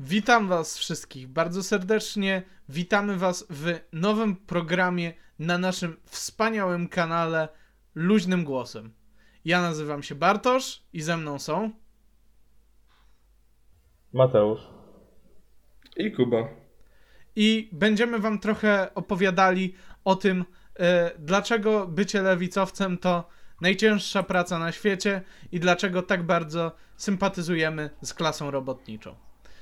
Witam was wszystkich bardzo serdecznie. Witamy was w nowym programie na naszym wspaniałym kanale Luźnym Głosem. Ja nazywam się Bartosz i ze mną są... Mateusz. I Kuba. I będziemy wam trochę opowiadali o tym, dlaczego bycie lewicowcem to najcięższa praca na świecie i dlaczego tak bardzo sympatyzujemy z klasą robotniczą.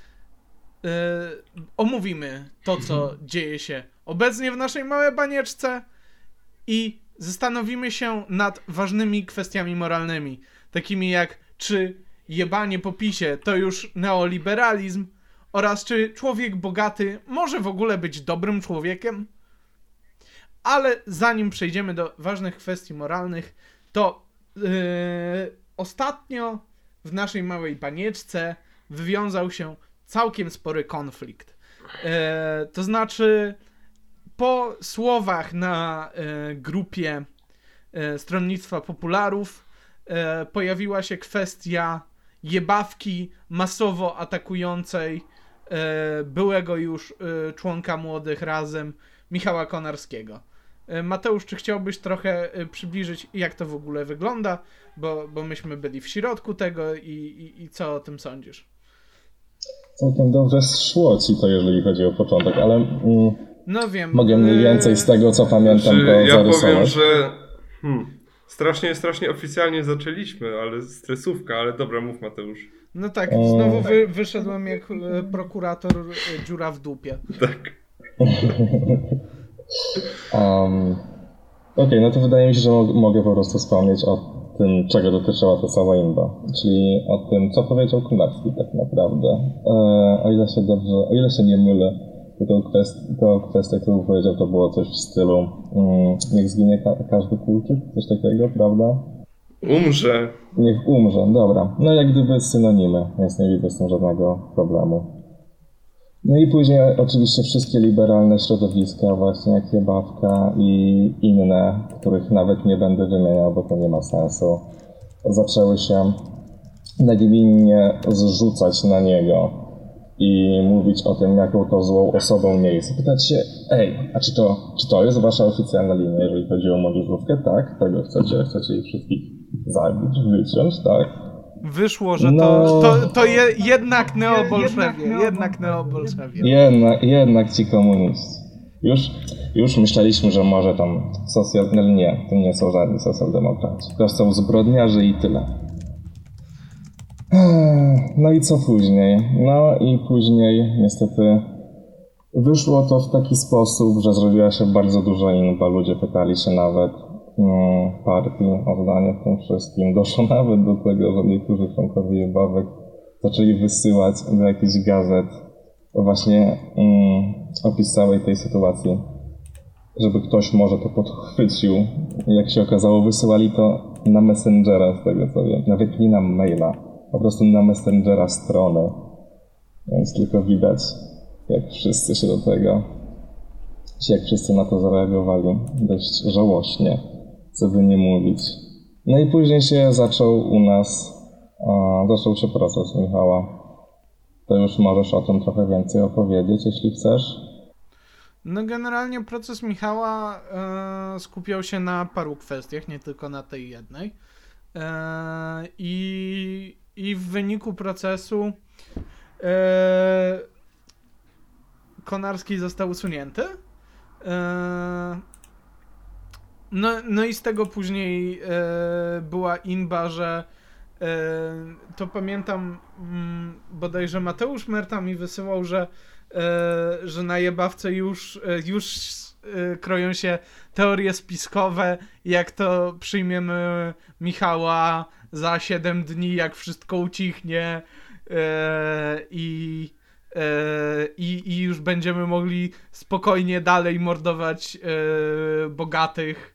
Omówimy to, co dzieje się obecnie w naszej małej banieczce i zastanowimy się nad ważnymi kwestiami moralnymi, takimi jak czy jebanie po PiSie to już neoliberalizm oraz czy człowiek bogaty może w ogóle być dobrym człowiekiem. Ale zanim przejdziemy do ważnych kwestii moralnych, to ostatnio w naszej małej banieczce wywiązał się całkiem spory konflikt. To znaczy, po słowach na grupie Stronnictwa Popularów pojawiła się kwestia jebawki masowo atakującej byłego już członka Młodych Razem, Michała Konarskiego. Mateusz, czy chciałbyś trochę przybliżyć, jak to w ogóle wygląda? Bo myśmy byli w środku tego i co o tym sądzisz? Całkiem dobrze szło ci to, jeżeli chodzi o początek, ale no wiem. Mogę mniej więcej z tego, co pamiętam, to ja zarysować. powiem, że strasznie oficjalnie zaczęliśmy, ale stresówka, ale dobra, mów Mateusz. No tak, znowu wyszedłem jak prokurator dziura w dupie. Tak. Okej, no to wydaje mi się, że mogę po prostu wspomnieć o tym, czego dotyczyła ta cała imba, czyli o tym, co powiedział Konarski tak naprawdę. O ile się nie mylę, to kwestia, którą powiedział, to było coś w stylu niech zginie każdy kulczyk, coś takiego, prawda? Umrze. Niech umrze, dobra. No jak gdyby synonimy, więc nie widzę z tym żadnego problemu. No i później oczywiście wszystkie liberalne środowiska, właśnie jak Jebawka i inne, których nawet nie będę wymieniał, bo to nie ma sensu, zaczęły się nagminnie zrzucać na niego i mówić o tym, jaką to złą osobą nie jest. Pytać się, a czy to jest wasza oficjalna linia, jeżeli chodzi o młodzieżówkę? Tak? Tego chcecie ich wszystkich zabić, wyciąć, tak? Wyszło, że jednak neobolszewie. Jednak ci komuniści. Już myśleliśmy, że może tam to nie są żadni socjaldemokraci. To są zbrodniarze i tyle. No i co później? No i później niestety wyszło to w taki sposób, że zrobiła się bardzo duża inba. Ludzie pytali się nawet partii o zdanie w tym wszystkim. Doszło nawet do tego, że niektórzy członkowie Jebawek zaczęli wysyłać do jakichś gazet właśnie opis całej tej sytuacji, żeby ktoś może to podchwycił. Jak się okazało, wysyłali to na Messengera, z tego co wiem. Nawet nie na maila, po prostu na Messengera strony. Więc tylko widać, jak wszyscy na to zareagowali dość żałośnie, co by nie mówić. No i później się zaczął się proces Michała. To już możesz o tym trochę więcej opowiedzieć, jeśli chcesz. No generalnie proces Michała skupiał się na paru kwestiach, nie tylko na tej jednej. I w wyniku procesu Konarski został usunięty. No i z tego później była inba, że to pamiętam, bodajże Mateusz Merta mi wysyłał, że na Jebawce już kroją się teorie spiskowe, jak to przyjmiemy Michała za 7 dni, jak wszystko ucichnie i już będziemy mogli spokojnie dalej mordować bogatych.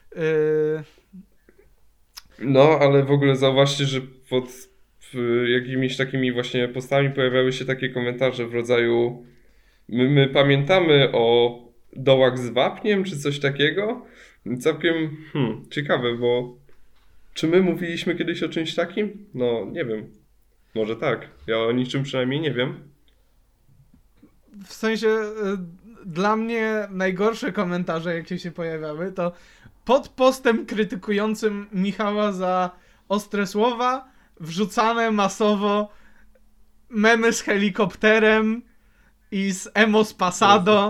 No, ale w ogóle zauważcie, że pod jakimiś takimi właśnie postami pojawiały się takie komentarze w rodzaju my pamiętamy o dołach z wapniem, czy coś takiego. Całkiem ciekawe, bo czy my mówiliśmy kiedyś o czymś takim? No, nie wiem. Może tak. Ja o niczym przynajmniej nie wiem. w sensie dla mnie najgorsze komentarze, jakie się pojawiały, to pod postem krytykującym Michała za ostre słowa wrzucane masowo memy z helikopterem i z emo z Pasado.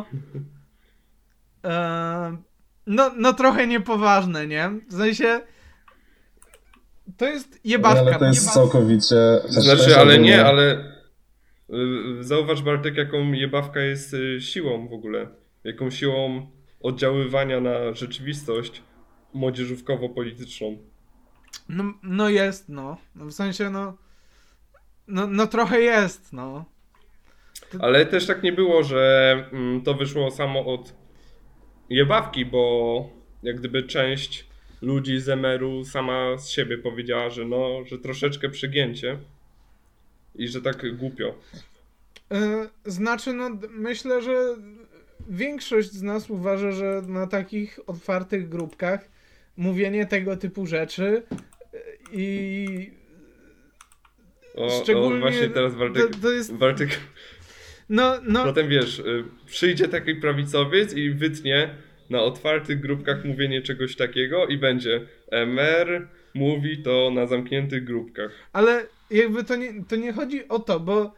No trochę niepoważne, nie? W sensie to jest jebawka. Ale to jest całkowicie... Znaczy, ale nie, ale zauważ, Bartek, jaką jebawka jest siłą w ogóle. Jaką siłą oddziaływania na rzeczywistość młodzieżówkowo-polityczną. No jest, no. W sensie, no trochę jest, no. Ale też tak nie było, że to wyszło samo od jebawki, bo jak gdyby część ludzi z MR-u sama z siebie powiedziała, że troszeczkę przegięcie i że tak głupio. Znaczy, myślę, że większość z nas uważa, że na takich otwartych grupkach mówienie tego typu rzeczy i szczególnie... właśnie teraz Bartek No. Potem wiesz, przyjdzie taki prawicowiec i wytnie na otwartych grupkach mówienie czegoś takiego i będzie MR mówi to na zamkniętych grupkach. Ale jakby to nie chodzi o to, bo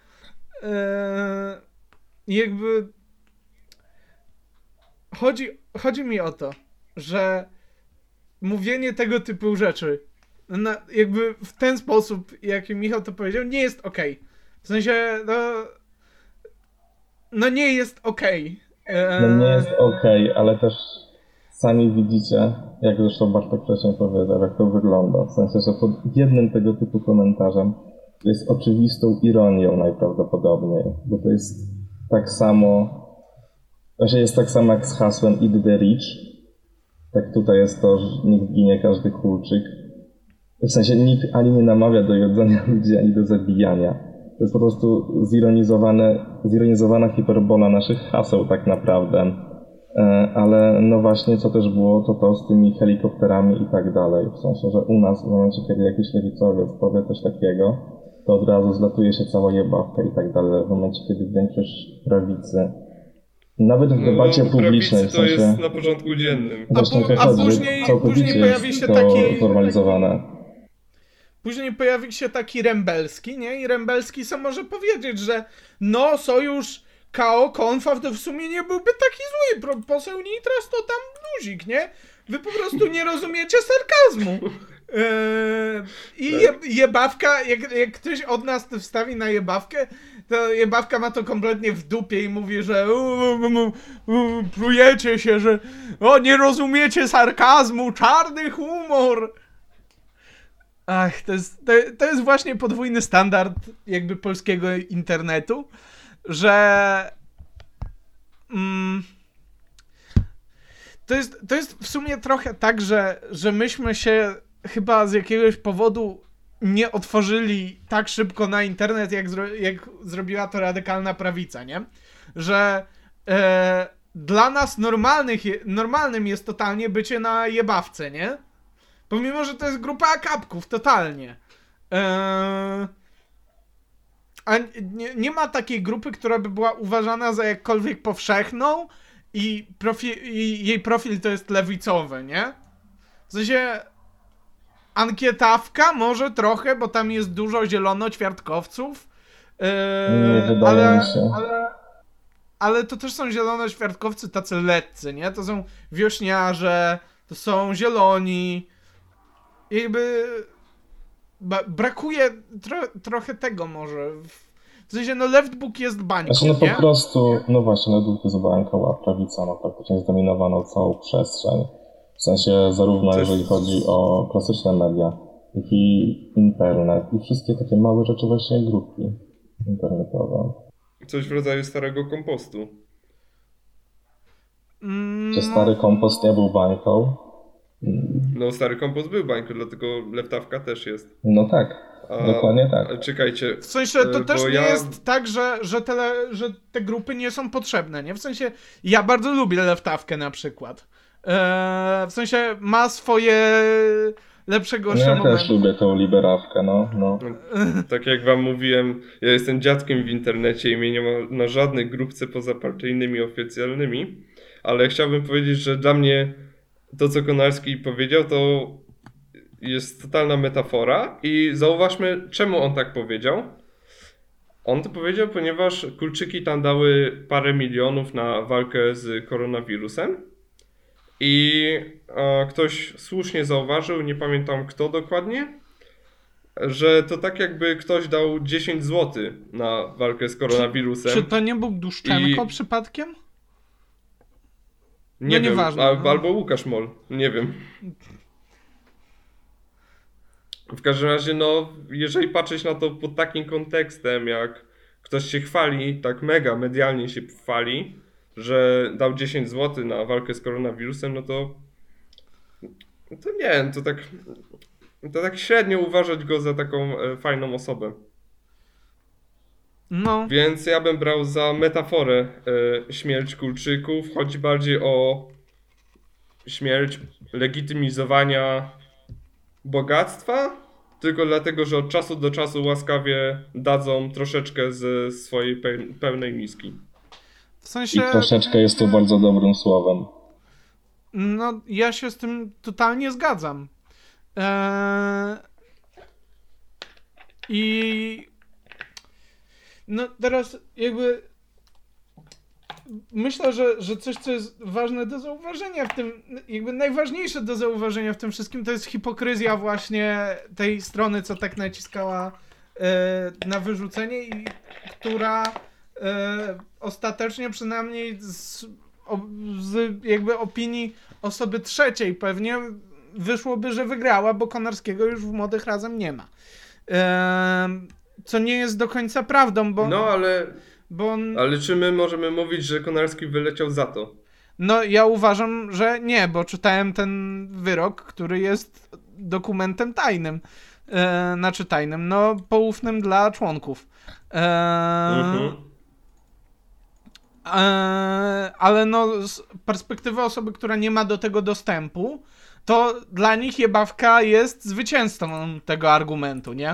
jakby chodzi mi o to, że mówienie tego typu rzeczy jakby w ten sposób, jak Michał to powiedział, nie jest okej. W sensie, no nie jest okej. No nie jest okej, ale też sami widzicie, jak zresztą Bartek wcześniej powiedział, jak to wygląda. W sensie, że pod jednym tego typu komentarzem jest oczywistą ironią najprawdopodobniej, bo to jest tak samo, że jest tak samo jak z hasłem Eat the Rich. Tak tutaj jest to, że niech ginie każdy kulczyk. W sensie nikt ani nie namawia do jedzenia ludzi, ani do zabijania. To jest po prostu zironizowana hiperbola naszych haseł tak naprawdę. Ale no właśnie, co też było, to z tymi helikopterami i tak dalej. W sensie, że u nas w momencie, kiedy jakiś lewicowiec powie coś takiego, to od razu zlatuje się cała jebawka i tak dalej. W momencie, kiedy większość prawicy, nawet w debacie publicznej, w sensie... to jest na porządku dziennym. A później pojawi się taki... Zorganizowane. Później pojawi się taki Rembelski, nie? I Rembelski sam może powiedzieć, że sojusz KO-Konfa to w sumie nie byłby taki zły. Poseł Nitras to tam luzik, nie? Wy po prostu nie rozumiecie sarkazmu. I jebawka, jak ktoś od nas to wstawi na jebawkę, to jebawka ma to kompletnie w dupie i mówi, że plujecie się, że nie rozumiecie sarkazmu, czarny humor. Ach, to jest właśnie podwójny standard jakby polskiego internetu, że to jest w sumie trochę tak, że myśmy się chyba z jakiegoś powodu nie otworzyli tak szybko na internet, jak zrobiła to radykalna prawica, nie? Że dla nas normalnym jest totalnie bycie na jebawce, nie? Pomimo, że to jest grupa akapków, totalnie. A nie ma takiej grupy, która by była uważana za jakkolwiek powszechną i jej profil to jest lewicowy, nie? W sensie ankietawka może trochę, bo tam jest dużo zielonoćwiartkowców. Nie wydaje mi się. Ale to też są zielonoćwiartkowcy tacy letcy, nie? To są wiośniarze, to są zieloni. Jakby brakuje trochę tego może. W sensie, leftbook jest bańką, znaczy, nie? Po prostu, właśnie, leftbook jest bańką, a prawica ma praktycznie zdominowaną całą przestrzeń. W sensie zarówno jeżeli chodzi o klasyczne media, jak i internet i wszystkie takie małe rzeczy, właśnie grupki internetowe. Coś w rodzaju starego kompostu. Czy stary kompost nie był bańką? Stary kompost był bańką, dlatego lewtawka też jest. No tak, dokładnie tak. Czekajcie. W sensie to też nie jest tak, że te grupy nie są potrzebne, nie? W sensie ja bardzo lubię lewtawkę na przykład. W sensie ma swoje lepszego No ja momentu. też lubię tą liberawkę, no. Tak jak wam mówiłem, ja jestem dziadkiem w internecie i mnie nie ma na żadnej grupce pozapartyjnymi, oficjalnymi, ale chciałbym powiedzieć, że dla mnie to, co Konarski powiedział, to jest totalna metafora i zauważmy, czemu on tak powiedział. On to powiedział, ponieważ kulczyki tam dały parę milionów na walkę z koronawirusem i ktoś słusznie zauważył, nie pamiętam kto dokładnie, że to tak jakby ktoś dał 10 zł na walkę z koronawirusem. Czy to nie był Duszczenko przypadkiem? Nie wiem, nieważne, albo Łukasz Mol, nie wiem. W każdym razie, no, jeżeli patrzeć na to pod takim kontekstem, jak ktoś się chwali, tak mega medialnie się chwali, że dał 10 zł na walkę z koronawirusem, no to nie, to tak średnio uważać go za taką fajną osobę. No. Więc ja bym brał za metaforę śmierć kulczyków. Chodzi bardziej o śmierć legitymizowania bogactwa, tylko dlatego, że od czasu do czasu łaskawie dadzą troszeczkę ze swojej pełnej miski. W sensie... I troszeczkę jest to bardzo dobrym słowem. No, ja się z tym totalnie zgadzam. I no teraz jakby myślę, że coś, co jest ważne do zauważenia w tym, jakby najważniejsze do zauważenia w tym wszystkim, to jest hipokryzja właśnie tej strony, co tak naciskała na wyrzucenie i która ostatecznie przynajmniej z jakby opinii osoby trzeciej pewnie wyszłoby, że wygrała, bo Konarskiego już w Młodych Razem nie ma. Co nie jest do końca prawdą, bo... No, bo on, ale czy my możemy mówić, że Konarski wyleciał za to? no, ja uważam, że nie, bo czytałem ten wyrok, który jest dokumentem tajnym. Znaczy tajnym, no, poufnym dla członków. Ale no, z perspektywy osoby, która nie ma do tego dostępu, to dla nich Jebawka jest zwycięzcą tego argumentu, nie?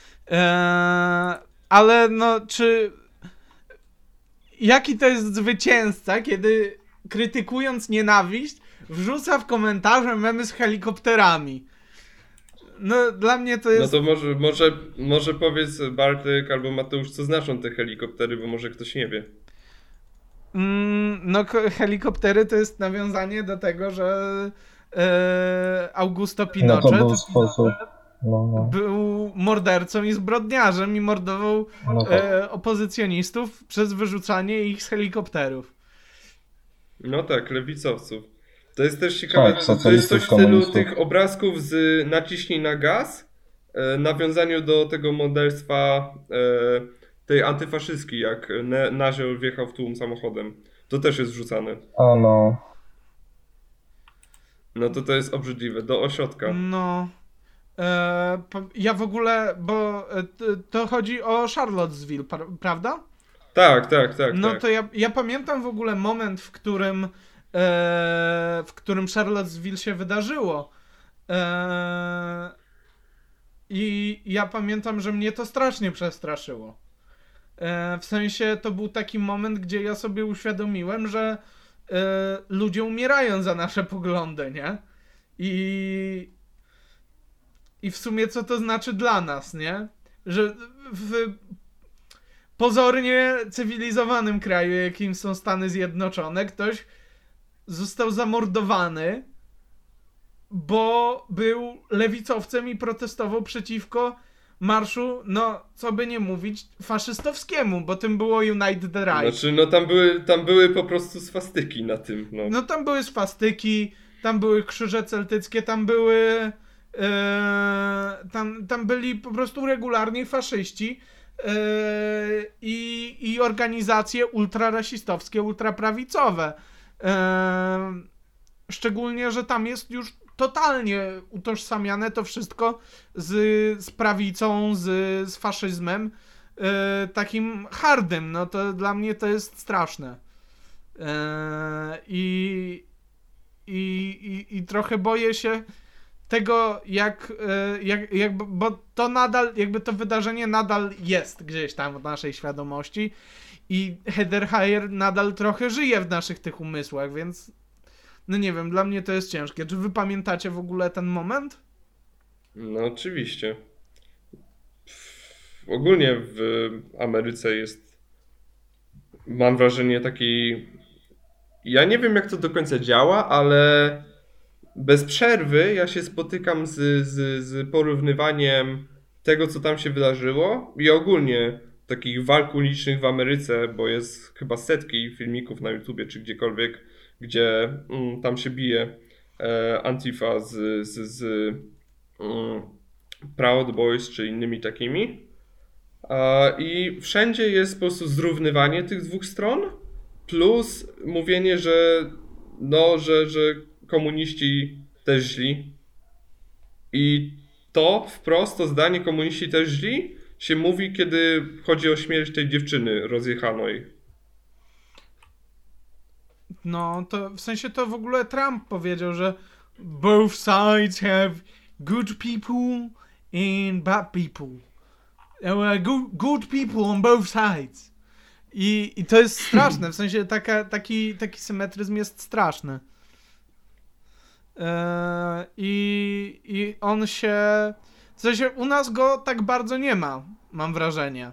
Ale no, czy... Jaki to jest zwycięzca, kiedy krytykując nienawiść wrzuca w komentarze memy z helikopterami? No, dla mnie to jest... No to może powiedz Bartek albo Mateusz, co znaczą te helikoptery, bo może ktoś nie wie. No, helikoptery to jest nawiązanie do tego, że Augusto Pinochet No to był sposób... No. był mordercą i zbrodniarzem i mordował opozycjonistów przez wyrzucanie ich z helikopterów. No tak, lewicowców. To jest też ciekawe, Tak, to jest coś w stylu komunistów. tych obrazków z naciśnij na gaz, nawiązaniu do tego morderstwa tej antyfaszystki, jak Naziol wjechał w tłum samochodem. To też jest wrzucane. A no. No to jest obrzydliwe, do ośrodka. No... ja w ogóle, bo to chodzi o Charlottesville, prawda? Tak. No tak. to ja pamiętam w ogóle moment, w którym Charlottesville się wydarzyło. I ja pamiętam, że mnie to strasznie przestraszyło. W sensie to był taki moment, gdzie ja sobie uświadomiłem, że ludzie umierają za nasze poglądy, nie? I w sumie co to znaczy dla nas, nie? Że w pozornie cywilizowanym kraju, jakim są Stany Zjednoczone, ktoś został zamordowany, bo był lewicowcem i protestował przeciwko marszu, no co by nie mówić, faszystowskiemu, bo tym było Unite the Right. Znaczy, no tam były po prostu swastyki na tym. No tam były swastyki, tam były krzyże celtyckie, tam były... tam byli po prostu regularni faszyści i organizacje ultrarasistowskie, ultraprawicowe. Szczególnie, że tam jest już totalnie utożsamiane to wszystko z prawicą, z faszyzmem takim hardym. No to dla mnie to jest straszne. I trochę boję się tego, bo to nadal, jakby to wydarzenie nadal jest gdzieś tam w naszej świadomości i Heather Heyer nadal trochę żyje w naszych tych umysłach, więc no nie wiem, dla mnie to jest ciężkie. Czy wy pamiętacie w ogóle ten moment? No oczywiście. Ogólnie w Ameryce jest, mam wrażenie, taki... Ja nie wiem, jak to do końca działa, ale bez przerwy ja się spotykam z porównywaniem tego, co tam się wydarzyło i ogólnie takich walk ulicznych w Ameryce, bo jest chyba setki filmików na YouTubie czy gdziekolwiek, gdzie tam się bije Antifa z Proud Boys czy innymi takimi. I wszędzie jest po prostu zrównywanie tych dwóch stron, plus mówienie, że komuniści też źli. I to wprost, to zdanie komuniści też źli się mówi, kiedy chodzi o śmierć tej dziewczyny rozjechanej. No, to w sensie to w ogóle Trump powiedział, że both sides have good people and bad people. There were good people on both sides. I to jest straszne, w sensie taki symetryzm jest straszny. I on się... W sensie u nas go tak bardzo nie ma, mam wrażenie.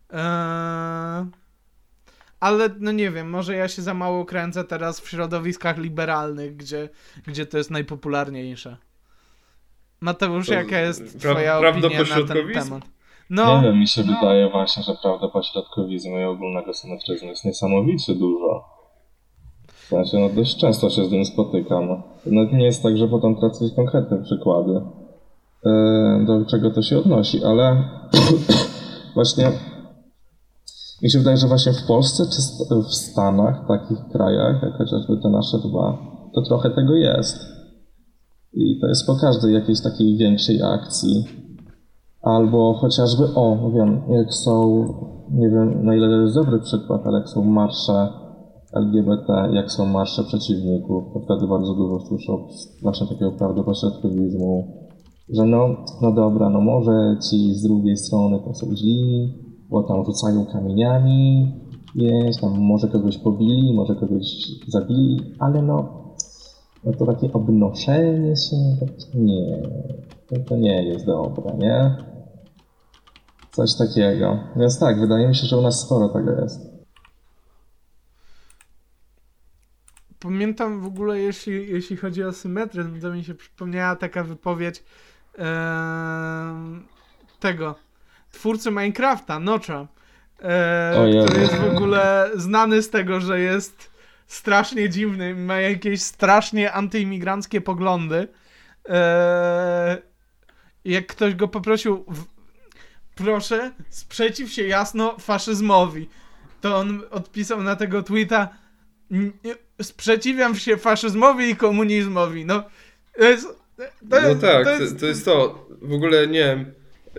Ale no nie wiem, może ja się za mało kręcę teraz w środowiskach liberalnych, gdzie to jest najpopularniejsze. Mateusz, jaka jest twoja opinia na ten temat? No. Nie wiem, mi się wydaje właśnie, że prawdopośrodkowizmu i ogólnego symetryzmu jest niesamowicie dużo. W sensie, no dość często się z tym spotykam. No nie jest tak, że potem tracę konkretne przykłady, do czego to się odnosi, ale właśnie mi się wydaje, że właśnie w Polsce czy w Stanach, takich krajach, jak chociażby te nasze dwa, to trochę tego jest. I to jest po każdej jakiejś takiej większej akcji. Albo chociażby, wiem, jak są, nie wiem na ile to jest dobry przykład, ale jak są marsze LGBT, jak są marsze przeciwników, to wtedy bardzo dużo słyszę właśnie takiego prawdopośrodkowizmu, że no dobra, no może ci z drugiej strony to są źli, bo tam rzucają kamieniami, tam może kogoś pobili, może kogoś zabili, ale no to takie obnoszenie się, to nie jest dobre, nie? Coś takiego. Więc tak, wydaje mi się, że u nas sporo tego jest. Pamiętam w ogóle, jeśli chodzi o symetryzm, to mi się przypomniała taka wypowiedź tego twórcy Minecrafta, Notcha, który jest w ogóle znany z tego, że jest strasznie dziwny, ma jakieś strasznie antyimigranckie poglądy. Jak ktoś go poprosił, proszę, sprzeciw się jasno faszyzmowi, to on odpisał na tego tweeta: sprzeciwiam się faszyzmowi i komunizmowi. No, to jest to. W ogóle nie wiem,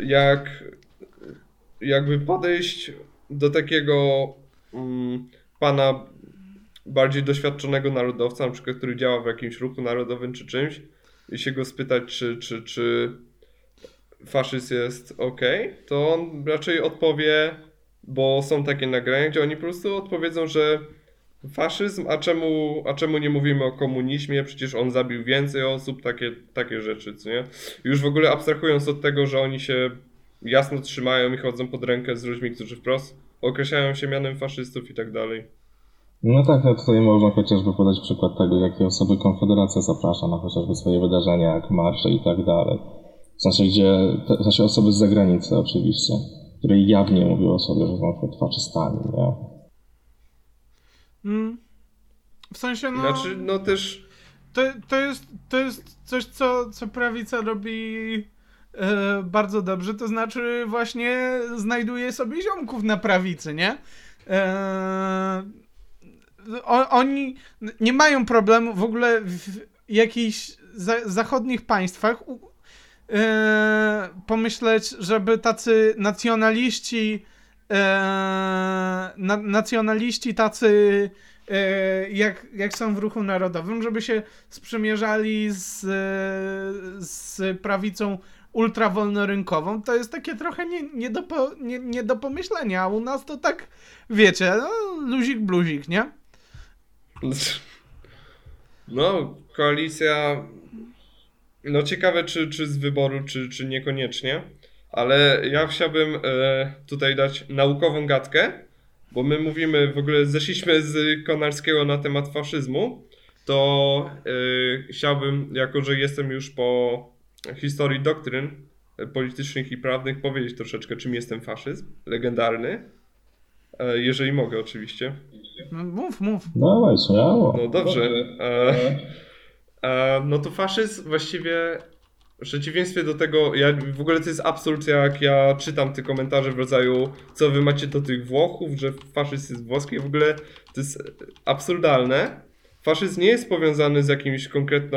jakby podejść do takiego pana bardziej doświadczonego narodowca, na przykład, który działa w jakimś ruchu narodowym czy czymś, i się go spytać, czy faszyzm jest okej, to on raczej odpowie, bo są takie nagrania, gdzie oni po prostu odpowiedzą, że faszyzm, a czemu nie mówimy o komunizmie, przecież on zabił więcej osób, takie rzeczy, co nie? Już w ogóle abstrahując od tego, że oni się jasno trzymają i chodzą pod rękę z ludźmi, którzy wprost określają się mianem faszystów i tak dalej. No tak, no tutaj można chociażby podać przykład tego, jakie osoby Konfederacja zaprasza na chociażby swoje wydarzenia, jak marsze i tak dalej. W sensie osoby z zagranicy oczywiście, które jawnie mówią o sobie, że są na przykład faszystami, nie? W sensie, no... Znaczy, no też... To jest coś, co prawica robi bardzo dobrze, to znaczy właśnie znajduje sobie ziomków na prawicy, nie? Oni nie mają problemu w ogóle w jakichś zachodnich państwach pomyśleć, żeby tacy nacjonaliści tacy jak są w ruchu narodowym, żeby się sprzymierzali z prawicą ultrawolnorynkową. To jest takie trochę nie do pomyślenia, a u nas to tak, wiecie, no, luzik bluzik, nie? No, koalicja, no ciekawe czy z wyboru, czy niekoniecznie, ale ja chciałbym tutaj dać naukową gadkę, bo my mówimy, w ogóle zeszliśmy z Konarskiego na temat faszyzmu, to chciałbym, jako że jestem już po historii doktryn politycznych i prawnych, powiedzieć troszeczkę, czym jest ten faszyzm legendarny, jeżeli mogę oczywiście. No, mów. Dawaj, śmiało. No dobrze. No to faszyzm właściwie w przeciwieństwie do tego, w ogóle to jest absurd, jak ja czytam te komentarze w rodzaju, co wy macie do tych Włochów, że faszyzm jest włoski, w ogóle to jest absurdalne. Faszyzm nie jest powiązany z jakimś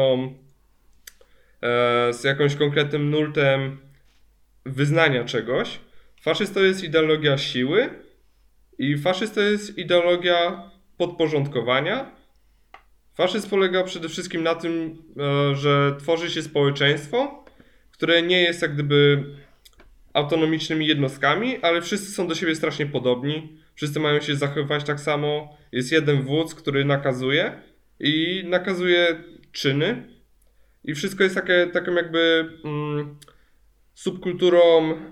z jakimś konkretnym nurtem wyznania czegoś. Faszyzm to jest ideologia siły i faszyzm to jest ideologia podporządkowania. Faszyzm polega przede wszystkim na tym, że tworzy się społeczeństwo, które nie jest jak gdyby autonomicznymi jednostkami, ale wszyscy są do siebie strasznie podobni. Wszyscy mają się zachowywać tak samo. Jest jeden wódz, który nakazuje i nakazuje czyny. I wszystko jest taką jakby subkulturą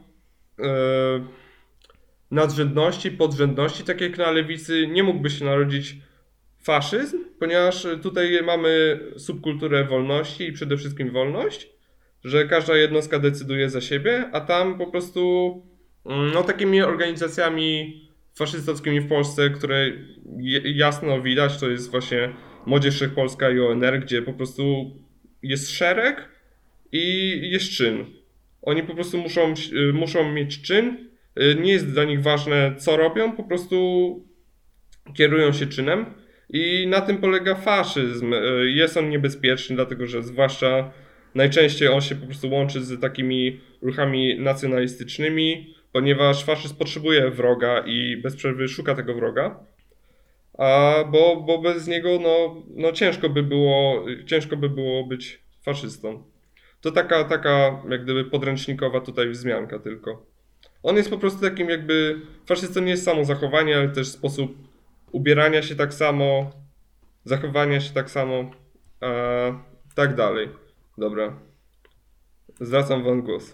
nadrzędności, podrzędności. Tak jak na lewicy nie mógłby się narodzić faszyzm, ponieważ tutaj mamy subkulturę wolności i przede wszystkim wolność, że każda jednostka decyduje za siebie, a tam po prostu no takimi organizacjami faszystowskimi w Polsce, które jasno widać, to jest właśnie Młodzież Wszechpolska i ONR, gdzie po prostu jest szereg i jest czyn. Oni po prostu muszą mieć czyn, nie jest dla nich ważne co robią, po prostu kierują się czynem. I na tym polega faszyzm. Jest on niebezpieczny, dlatego że zwłaszcza najczęściej on się po prostu łączy z takimi ruchami nacjonalistycznymi, ponieważ faszyzm potrzebuje wroga i bez przerwy szuka tego wroga. Bo bez niego no ciężko by było być faszystą. To taka jak gdyby podręcznikowa tutaj wzmianka tylko. On jest po prostu takim jakby, faszyzm to nie jest samo zachowanie, ale też sposób ubierania się tak samo, zachowania się tak samo, tak dalej. Dobra. Zwracam wam głos.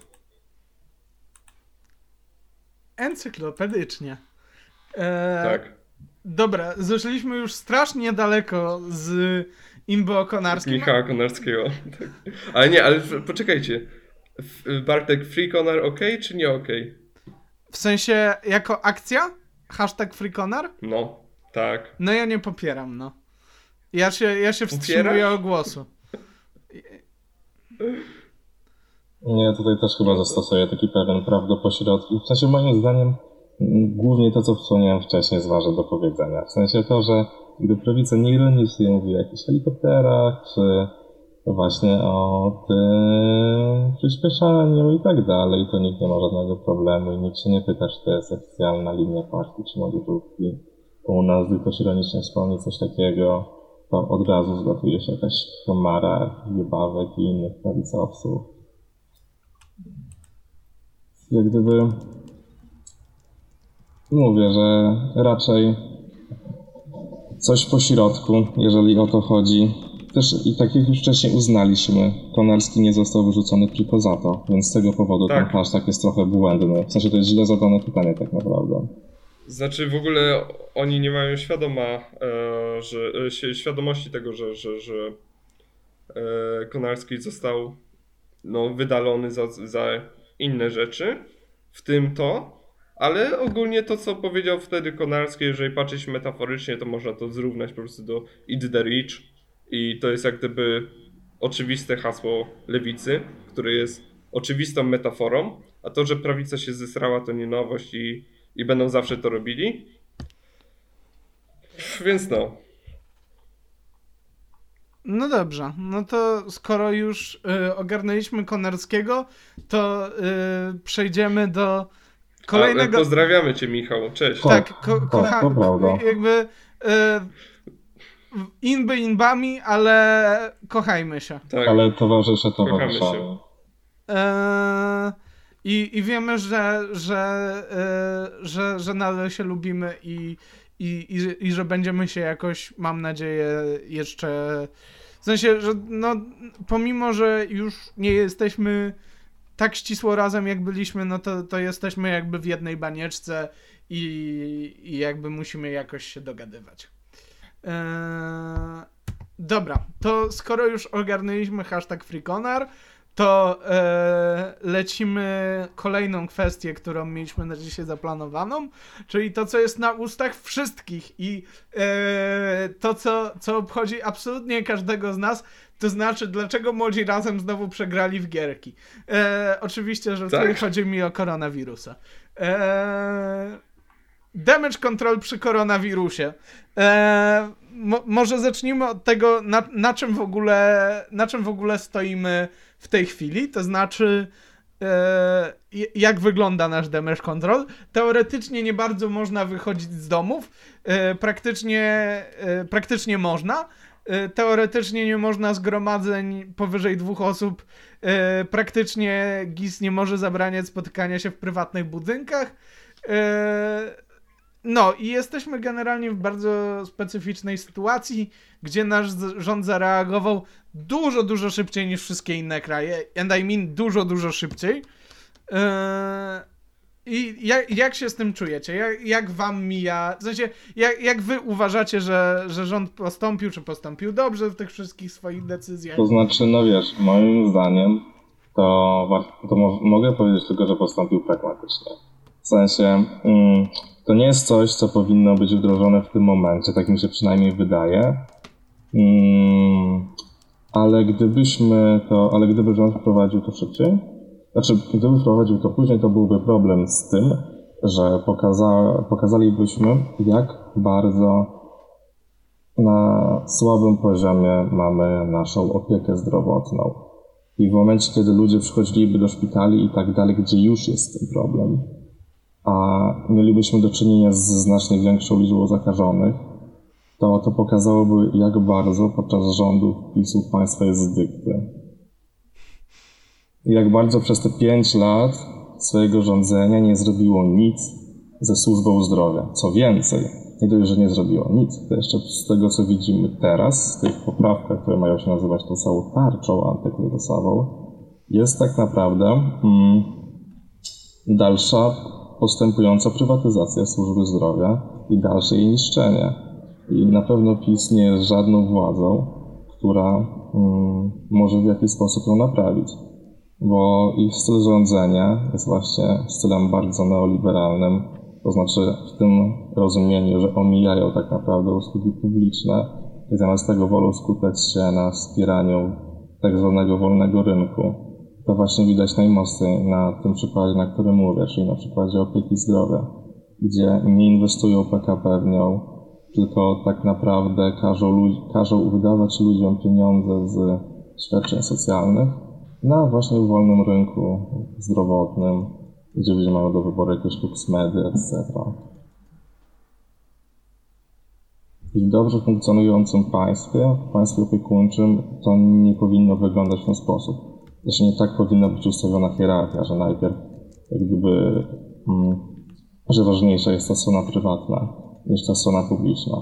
Encyklopedycznie. Tak. Dobra, zeszliśmy już strasznie daleko z Imby o Konarskim. Michała Konarskiego. Tak. Ale nie, ale poczekajcie. Bartek, Free Konar ok, czy nie ok? W sensie jako akcja? Hashtag Free Konar? No, tak. No ja nie popieram, no. Ja się wstrzymuję od głosu. Ja tutaj też chyba zastosuję taki pewien praw do pośrodku. W sensie moim zdaniem głównie to, co wspomniałem wcześniej, jest ważne do powiedzenia. W sensie to, że gdy prawica nieironicznie mówi o jakichś helikopterach, czy właśnie o tym przyspieszaniu i tak dalej, to nikt nie ma żadnego problemu i nikt się nie pyta, czy to jest oficjalna linia partii, czy młodzieżówki. Bo u nas, gdy ktoś ironicznie wspomni coś takiego, to od razu zlatuje się jakaś komara, jebawek i innych prawicowców. Jak gdyby mówię, że raczej coś po środku, jeżeli o to chodzi. Też i tak jak już wcześniej uznaliśmy, Konarski nie został wyrzucony tylko za to, więc z tego powodu tak. Ten hashtag jest trochę błędny. W sensie to jest źle zadane pytanie tak naprawdę. Znaczy w ogóle oni nie mają świadomości tego, że Konarski został wydalony za inne rzeczy, w tym to, ale ogólnie to, co powiedział wtedy Konarski, jeżeli patrzeć metaforycznie, to można to zrównać po prostu do Eat the Rich i to jest jak gdyby oczywiste hasło lewicy, które jest oczywistą metaforą, a to, że prawica się zesrała, to nie nowość i będą zawsze to robili. Więc No dobrze, no to skoro już ogarnęliśmy Konarskiego, to przejdziemy do kolejnego... Pozdrawiamy cię, Michał, cześć. Tak, to prawda. jakby inbami, ale kochajmy się. Tak. Ale towarzysze Kochamy się. towarzyszami. I wiemy, że nadal się lubimy i że będziemy się jakoś, mam nadzieję, jeszcze... W sensie, że no, pomimo, że już nie jesteśmy tak ścisło razem, jak byliśmy, no to jesteśmy jakby w jednej banieczce i jakby musimy jakoś się dogadywać. Dobra, to skoro już ogarnęliśmy #FreeConar, to lecimy kolejną kwestię, którą mieliśmy na dzisiaj zaplanowaną, czyli to, co jest na ustach wszystkich i to, co obchodzi absolutnie każdego z nas, to znaczy, dlaczego młodzi razem znowu przegrali w gierki. Oczywiście, że tutaj chodzi mi o koronawirusa. Damage control przy koronawirusie. Może zacznijmy od tego, na czym w ogóle stoimy w tej chwili, to znaczy jak wygląda nasz damage control. Teoretycznie nie bardzo można wychodzić z domów, praktycznie można. Teoretycznie nie można zgromadzeń powyżej 2 osób, praktycznie GIS nie może zabraniać spotykania się w prywatnych budynkach. No i jesteśmy generalnie w bardzo specyficznej sytuacji, gdzie nasz rząd zareagował dużo szybciej niż wszystkie inne kraje. And I mean dużo szybciej. I jak się z tym czujecie? Jak wam mija? W sensie, jak wy uważacie, że rząd postąpił dobrze w tych wszystkich swoich decyzjach? To znaczy, no wiesz, moim zdaniem mogę powiedzieć tylko, że postąpił pragmatycznie. W sensie, to nie jest coś, co powinno być wdrożone w tym momencie, tak mi się przynajmniej wydaje. Ale gdyby rząd wprowadził to szybciej, gdyby wprowadził to później, to byłby problem z tym, że pokazalibyśmy, jak bardzo na słabym poziomie mamy naszą opiekę zdrowotną. I w momencie, kiedy ludzie przychodziliby do szpitali i tak dalej, gdzie już jest ten problem, a mielibyśmy do czynienia z znacznie większą liczbą zakażonych, to pokazałoby, jak bardzo podczas rządów PiS-u państwo jest dykty. I jak bardzo przez te 5 lat swojego rządzenia nie zrobiło nic ze służbą zdrowia. Co więcej, nie dość, że nie zrobiło nic, to jeszcze z tego, co widzimy teraz, z tych poprawkach, które mają się nazywać tą całą tarczą antykryzysową, jest tak naprawdę dalsza postępująca prywatyzacja służby zdrowia i dalsze jej niszczenie. I na pewno PiS nie jest żadną władzą, która może w jakiś sposób ją naprawić. Bo ich styl rządzenia jest właśnie stylem bardzo neoliberalnym, to znaczy w tym rozumieniu, że omijają tak naprawdę usługi publiczne i zamiast tego wolą skupiać się na wspieraniu tak zwanego wolnego rynku. To właśnie widać najmocniej na tym przykładzie, na którym mówię, czyli na przykładzie opieki zdrowia, gdzie nie inwestują PKP w nią, tylko tak naprawdę każą wydawać ludziom pieniądze z świadczeń socjalnych na właśnie wolnym rynku zdrowotnym, gdzie ludzie mają do wyboru jakieś LuxMedy, etc. I w dobrze funkcjonującym państwie opiekuńczym, to nie powinno wyglądać w ten sposób. Zresztą nie tak powinna być ustawiona hierarchia, że najpierw że ważniejsza jest ta strona prywatna niż ta strona publiczna.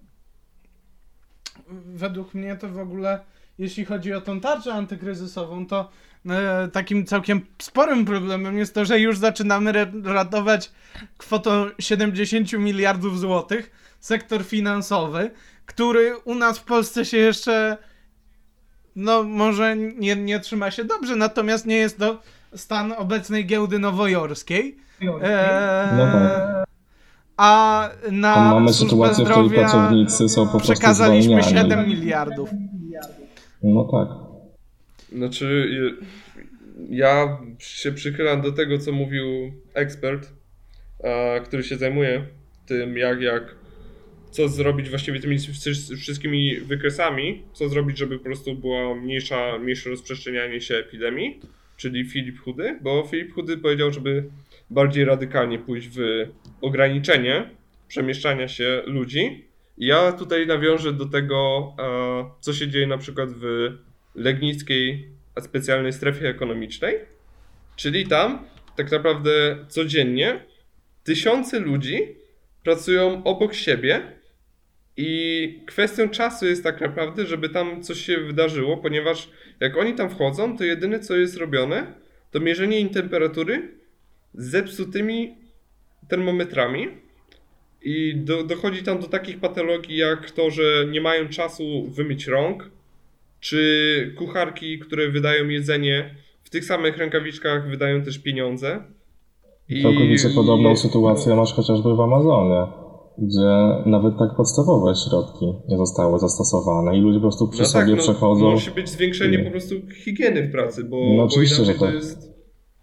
Według mnie to w ogóle, jeśli chodzi o tą tarczę antykryzysową, to takim całkiem sporym problemem jest to, że już zaczynamy ratować kwotą 70 miliardów złotych sektor finansowy, który u nas w Polsce się jeszcze może nie trzyma się dobrze, natomiast nie jest to stan obecnej giełdy nowojorskiej. No tak. A na mamy służbę sytuację, w której zdrowia pracownicy są po prostu przekazaliśmy zwalniani. 7 miliardów. No tak. Znaczy, ja się przychylam do tego, co mówił ekspert, który się zajmuje tym, co zrobić właściwie tymi wszystkimi wykresami, co zrobić, żeby po prostu było mniejsze rozprzestrzenianie się epidemii, czyli Filip Chudy, bo Filip Chudy powiedział, żeby bardziej radykalnie pójść w ograniczenie przemieszczania się ludzi Ja tutaj nawiążę do tego, co się dzieje na przykład w Legnickiej specjalnej strefie ekonomicznej, czyli tam tak naprawdę codziennie tysiące ludzi pracują obok siebie i kwestią czasu jest tak naprawdę, żeby tam coś się wydarzyło, ponieważ jak oni tam wchodzą, to jedyne co jest robione, to mierzenie im temperatury z zepsutymi termometrami i dochodzi tam do takich patologii jak to, że nie mają czasu wymyć rąk, czy kucharki, które wydają jedzenie, w tych samych rękawiczkach wydają też pieniądze. Całkowicie podobną sytuację masz chociażby w Amazonie, gdzie nawet tak podstawowe środki nie zostały zastosowane i ludzie po prostu przy sobie przechodzą. Musi być zwiększenie po prostu higieny w pracy, bo oczywiście, inaczej że to tak. jest...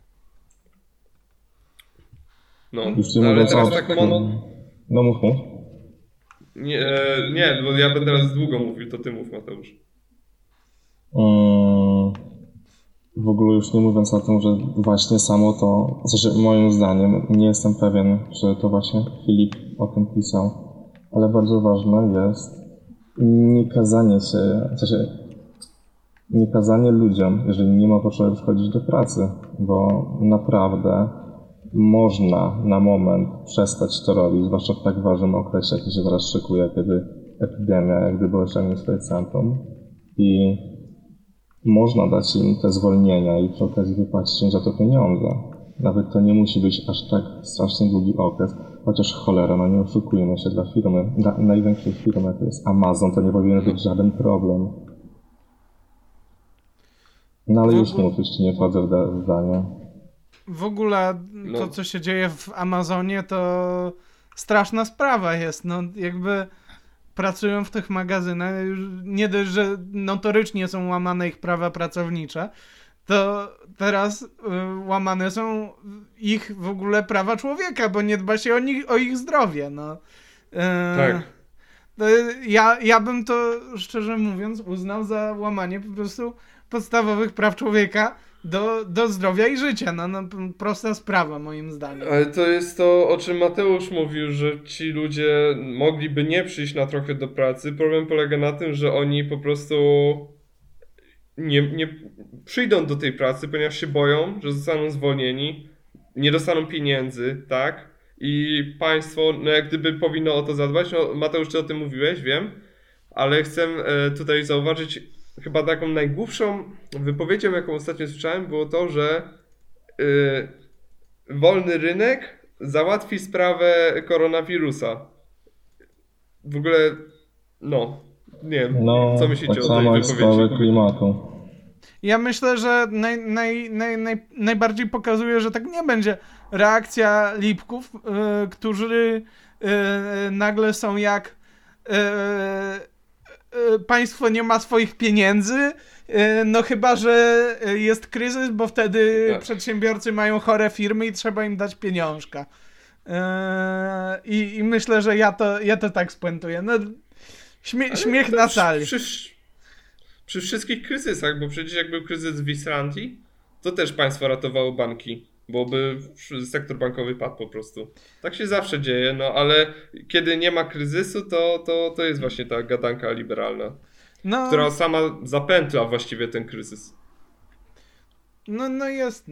No, ale teraz tak No mów. Nie, bo ja będę teraz długo mówił, to ty mów, Mateusz. W ogóle już nie mówiąc o tym, że właśnie samo to, znaczy moim zdaniem, nie jestem pewien, czy to właśnie Filip o tym pisał, ale bardzo ważne jest nie kazanie ludziom, jeżeli nie ma potrzeby przychodzić do pracy, bo naprawdę można na moment przestać to robić, zwłaszcza w tak ważnym okresie, jaki się teraz szykuje, kiedy epidemia jak gdyby osiągnie swoje centrum i można dać im te zwolnienia i przy okazji wypłacić im za to pieniądze. Nawet to nie musi być aż tak strasznie długi okres, chociaż cholera, no nie oszukujmy się, dla firmy, dla największej firmy, to jest Amazon, to nie powinien być żaden problem. No ale już nie wchodzę w zdanie. W ogóle to, co się dzieje w Amazonie, to straszna sprawa jest. No jakby pracują w tych magazynach, nie dość, że notorycznie są łamane ich prawa pracownicze, to teraz łamane są ich w ogóle prawa człowieka, bo nie dba się o ich zdrowie. No. Tak. Ja bym to, szczerze mówiąc, uznał za łamanie po prostu podstawowych praw człowieka do zdrowia i życia. No, prosta sprawa, moim zdaniem. Ale to jest to, o czym Mateusz mówił, że ci ludzie mogliby nie przyjść na trochę do pracy. Problem polega na tym, że oni po prostu nie przyjdą do tej pracy, ponieważ się boją, że zostaną zwolnieni, nie dostaną pieniędzy, tak? I państwo, no jak gdyby powinno o to zadbać. No, Mateusz, ty o tym mówiłeś, wiem, ale chcę tutaj zauważyć chyba taką najgłupszą wypowiedzią, jaką ostatnio słyszałem, było to, że wolny rynek załatwi sprawę koronawirusa. W ogóle, nie wiem, co myślicie tak o tej wypowiedzi? sprawę klimatu. Ja myślę, że najbardziej pokazuje, że tak nie będzie reakcja lipków, którzy nagle są jak państwo nie ma swoich pieniędzy, no chyba, że jest kryzys, bo wtedy przedsiębiorcy mają chore firmy i trzeba im dać pieniążka. I myślę, że ja to tak spuentuję. No, śmiech na sali. Przy wszystkich kryzysach, bo przecież jak był kryzys w Islandii, to też państwo ratowało banki, bo by sektor bankowy padł po prostu. Tak się zawsze dzieje, no ale kiedy nie ma kryzysu, to jest właśnie ta gadanka liberalna, która sama zapętla właściwie ten kryzys. No jest,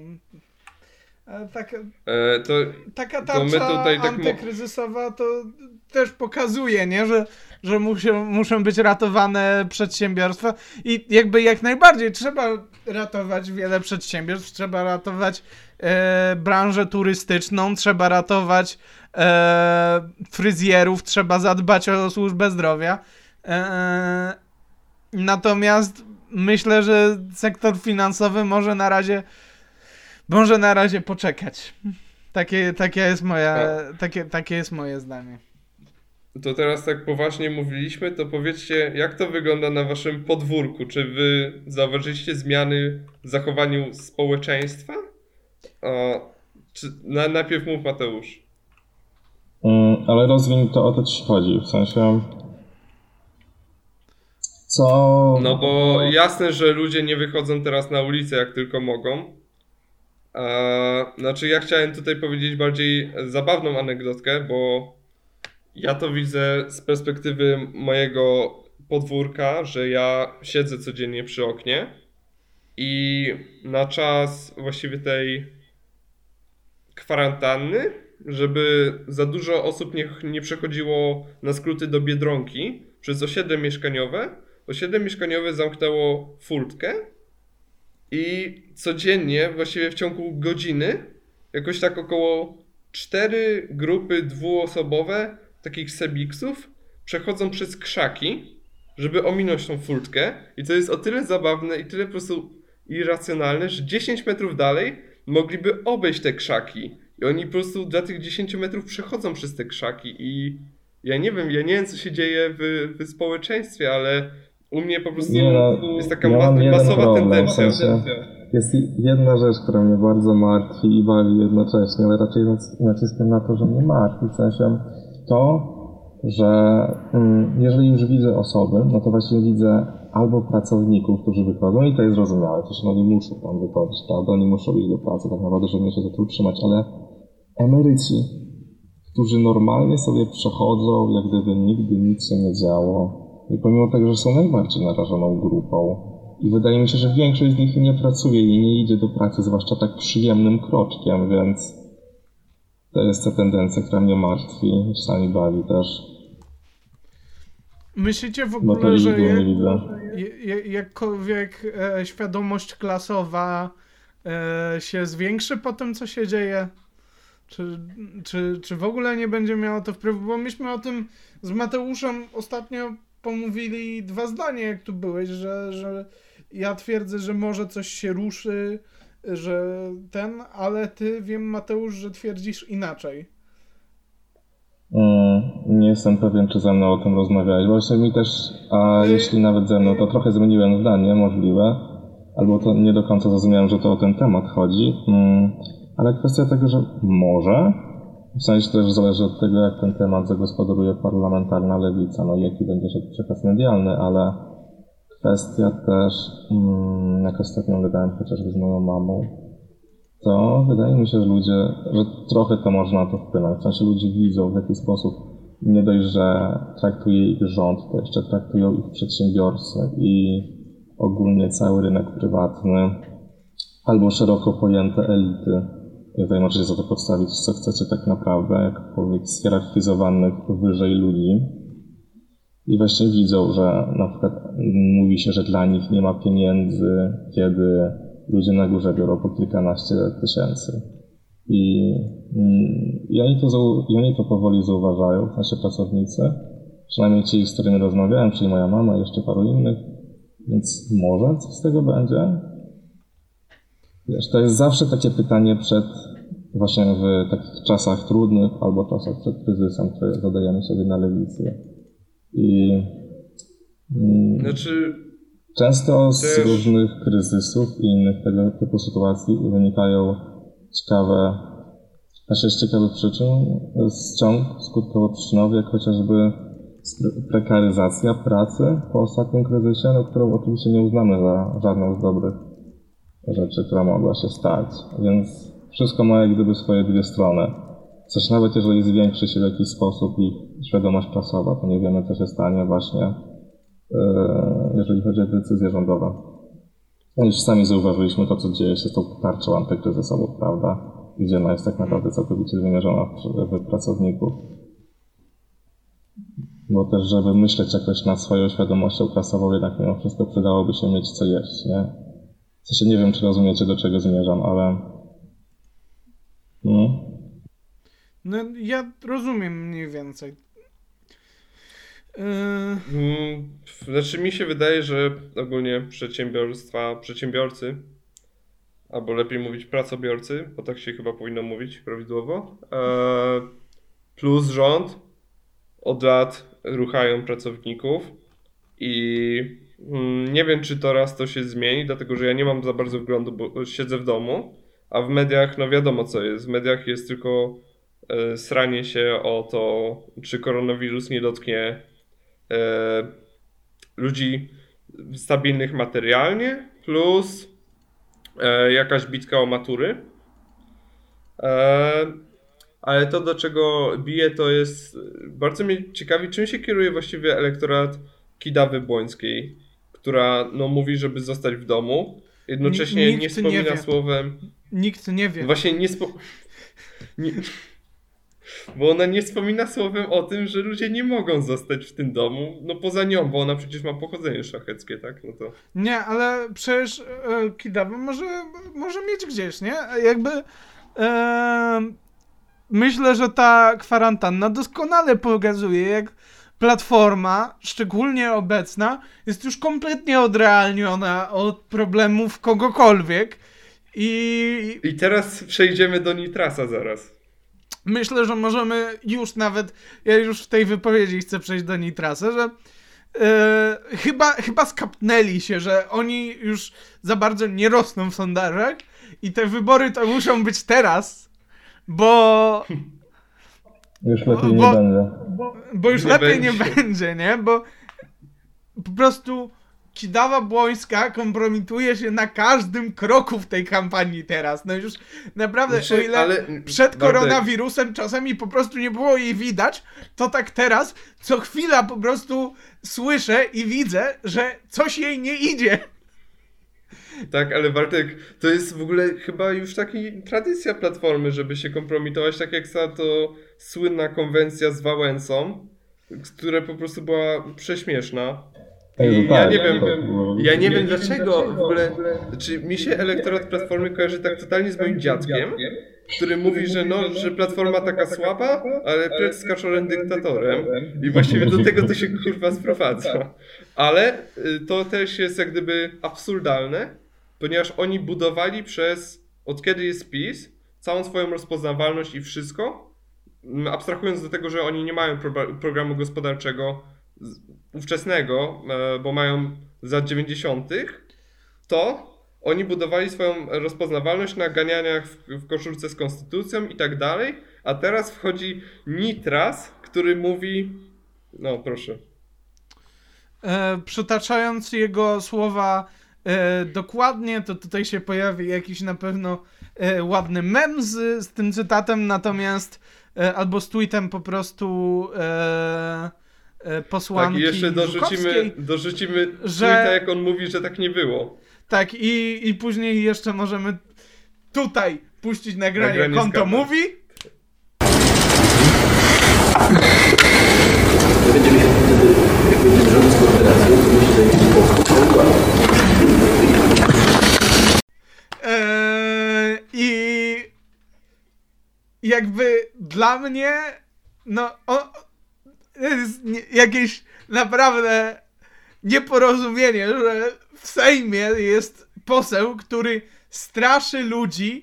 taka tarcza antykryzysowa to też pokazuje, nie? Że muszą być ratowane przedsiębiorstwa i jakby jak najbardziej trzeba ratować wiele przedsiębiorstw, trzeba ratować branżę turystyczną, trzeba ratować fryzjerów, trzeba zadbać o służbę zdrowia. Natomiast myślę, że sektor finansowy może na razie poczekać. Takie jest moje zdanie. To teraz tak poważnie mówiliśmy, to powiedzcie, jak to wygląda na waszym podwórku? Czy wy zauważyliście zmiany w zachowaniu społeczeństwa? Najpierw mów, Mateusz. Ale rozwiń to, o to ci chodzi, w sensie... Co? No bo jasne, że ludzie nie wychodzą teraz na ulicę jak tylko mogą. Znaczy ja chciałem tutaj powiedzieć bardziej zabawną anegdotkę, bo Ja to widzę z perspektywy mojego podwórka, że ja siedzę codziennie przy oknie i na czas właściwie tej kwarantanny, żeby za dużo osób nie przechodziło na skróty do Biedronki przez osiedle mieszkaniowe zamknęło furtkę i codziennie, właściwie w ciągu godziny, jakoś tak około 4 grupy dwuosobowe takich sebiksów przechodzą przez krzaki, żeby ominąć tą furtkę i to jest o tyle zabawne i tyle po prostu irracjonalne, że 10 metrów dalej mogliby obejść te krzaki i oni po prostu dla tych 10 metrów przechodzą przez te krzaki i ja nie wiem co się dzieje w społeczeństwie, ale u mnie po prostu jest taka masowa problem, tendencja. w sensie jest jedna rzecz, która mnie bardzo martwi i bawi jednocześnie, ale raczej naciskam na to, że mnie martwi. W sensie to, że jeżeli już widzę osoby, no to właśnie widzę albo pracowników, którzy wychodzą i to jest zrozumiałe, to się oni muszą tam wychodzić, prawda? Oni muszą iść do pracy tak naprawdę, żeby się za to utrzymać, ale emeryci, którzy normalnie sobie przechodzą, jak gdyby nigdy nic się nie działo i pomimo tego, że są najbardziej narażoną grupą i wydaje mi się, że większość z nich nie pracuje i nie idzie do pracy, zwłaszcza tak przyjemnym kroczkiem, więc to jest ta tendencja, która mnie martwi, czasami bawi też. Myślicie w ogóle, że jakkolwiek świadomość klasowa się zwiększy po tym, co się dzieje? Czy w ogóle nie będzie miało to wpływu? Bo myśmy o tym z Mateuszem ostatnio pomówili 2 zdania, jak tu byłeś, że ja twierdzę, że może coś się ruszy, ale ty, wiem, Mateusz, że twierdzisz inaczej. Nie jestem pewien, czy ze mną o tym rozmawiałeś. Właśnie mi też, a jeśli nawet ze mną, to trochę zmieniłem zdanie, możliwe. Albo to nie do końca zrozumiałem, że to o ten temat chodzi. Ale kwestia tego, że może, w sensie też zależy od tego, jak ten temat zagospodaruje parlamentarna lewica, no i jaki będzie szedł przekaz medialny, ale kwestia też, jak ostatnio gadałem chociażby z moją mamą, to wydaje mi się, że trochę to można na to wpłynąć. W sensie ludzie widzą, w jaki sposób nie dość, że traktuje ich rząd, to jeszcze traktują ich przedsiębiorcy i ogólnie cały rynek prywatny, albo szeroko pojęte elity. I tutaj możecie za to podstawić, co chcecie tak naprawdę, jakkolwiek schierarchizowanych wyżej ludzi. I właśnie widzą, że na przykład mówi się, że dla nich nie ma pieniędzy, kiedy ludzie na górze biorą po kilkanaście tysięcy. I oni to powoli zauważają, w sensie pracownicy. Przynajmniej ci, z którymi rozmawiałem, czyli moja mama i jeszcze paru innych. Więc może coś z tego będzie? Wiesz, to jest zawsze takie pytanie właśnie w takich czasach trudnych albo czasach przed kryzysem, które zadajemy sobie na lewicy. Często z różnych kryzysów i innych tego typu sytuacji wynikają z ciekawych przyczyn, ciąg skutkowo-przyczynowy, jak chociażby prekaryzacja pracy po ostatnim kryzysie, no, którą oczywiście nie uznamy za żadną z dobrych rzeczy, która mogła się stać. Więc wszystko ma jak gdyby swoje dwie strony. Coś nawet jeżeli zwiększy się w jakiś sposób ich świadomość prasowa, to nie wiemy, co się stanie właśnie, jeżeli chodzi o decyzje rządowe. No już sami zauważyliśmy to, co dzieje się z tą tarczą antykryzysową, prawda? Gdzie ona jest tak naprawdę całkowicie wymierzona w pracowników. Bo też, żeby myśleć jakoś nad swoją świadomością klasową, jednak mimo wszystko przydałoby się mieć co jeść, nie? W sensie nie wiem, czy rozumiecie, do czego zmierzam, ale... No, ja rozumiem mniej więcej. Znaczy mi się wydaje, że ogólnie przedsiębiorcy, albo lepiej mówić pracobiorcy, bo tak się chyba powinno mówić prawidłowo, plus rząd od lat ruchają pracowników i nie wiem, czy teraz to się zmieni, dlatego że ja nie mam za bardzo wglądu, bo siedzę w domu, a w mediach, no wiadomo co jest, w mediach jest tylko sranie się o to, czy koronawirus nie dotknie ludzi stabilnych materialnie, plus jakaś bitka o matury. ale to, do czego bije, to jest... Bardzo mnie ciekawi, czym się kieruje właściwie elektorat Kidawy Błońskiej, która no, mówi, żeby zostać w domu, jednocześnie nie wspomina słowem... Nikt nie wie. Właśnie nie... Bo ona nie wspomina słowem o tym, że ludzie nie mogą zostać w tym domu, no poza nią, bo ona przecież ma pochodzenie szlacheckie, tak? No to... Nie, ale przecież Kidawa może mieć gdzieś, nie? Jakby myślę, że ta kwarantanna doskonale pokazuje, jak Platforma, szczególnie obecna, jest już kompletnie odrealniona od problemów kogokolwiek I teraz przejdziemy do Nitrasa zaraz. Myślę, że możemy już nawet, ja już w tej wypowiedzi chcę przejść do Nitrasa, że chyba skapnęli się, że oni już za bardzo nie rosną w sondażach i te wybory to muszą być teraz, bo... Już lepiej nie będzie. Bo już lepiej nie będzie, nie? Bo po prostu Kidawa Błońska kompromituje się na każdym kroku w tej kampanii teraz. No już naprawdę, znaczy, o ile przed koronawirusem czasami po prostu nie było jej widać, to tak teraz co chwila po prostu słyszę i widzę, że coś jej nie idzie. Tak, ale Bartek, to jest w ogóle chyba już taki tradycja Platformy, żeby się kompromitować, tak jak ta to słynna konwencja z Wałęsą, która po prostu była prześmieszna. I ja nie wiem dlaczego w ogóle, czy mi się elektorat Platformy kojarzy tak totalnie z moim dziadkiem, który mówi, że Platforma taka słaba, ale precz z Kaczorem dyktatorem i właściwie do tego to się kurwa sprowadza. Ale to też jest jak gdyby absurdalne, ponieważ oni budowali od kiedy jest PiS, całą swoją rozpoznawalność i wszystko, abstrahując do tego, że oni nie mają programu gospodarczego ówczesnego, bo mają z lat 90., to oni budowali swoją rozpoznawalność na ganianiach w koszulce z konstytucją i tak dalej, a teraz wchodzi Nitras, który mówi... No, proszę. Przytaczając jego słowa dokładnie, to tutaj się pojawi jakiś na pewno ładny mem z tym cytatem, natomiast albo z tweetem po prostu posłanki tak, i jeszcze dorzucimy tweeta, jak on mówi, że tak nie było. Tak, i później jeszcze możemy tutaj puścić nagranie Konto mówi. Będziemy się wtedy, jak będziemy rządzić z Konfederacją, to musi zająć I jakby dla mnie jest jakieś naprawdę nieporozumienie, że w Sejmie jest poseł, który straszy ludzi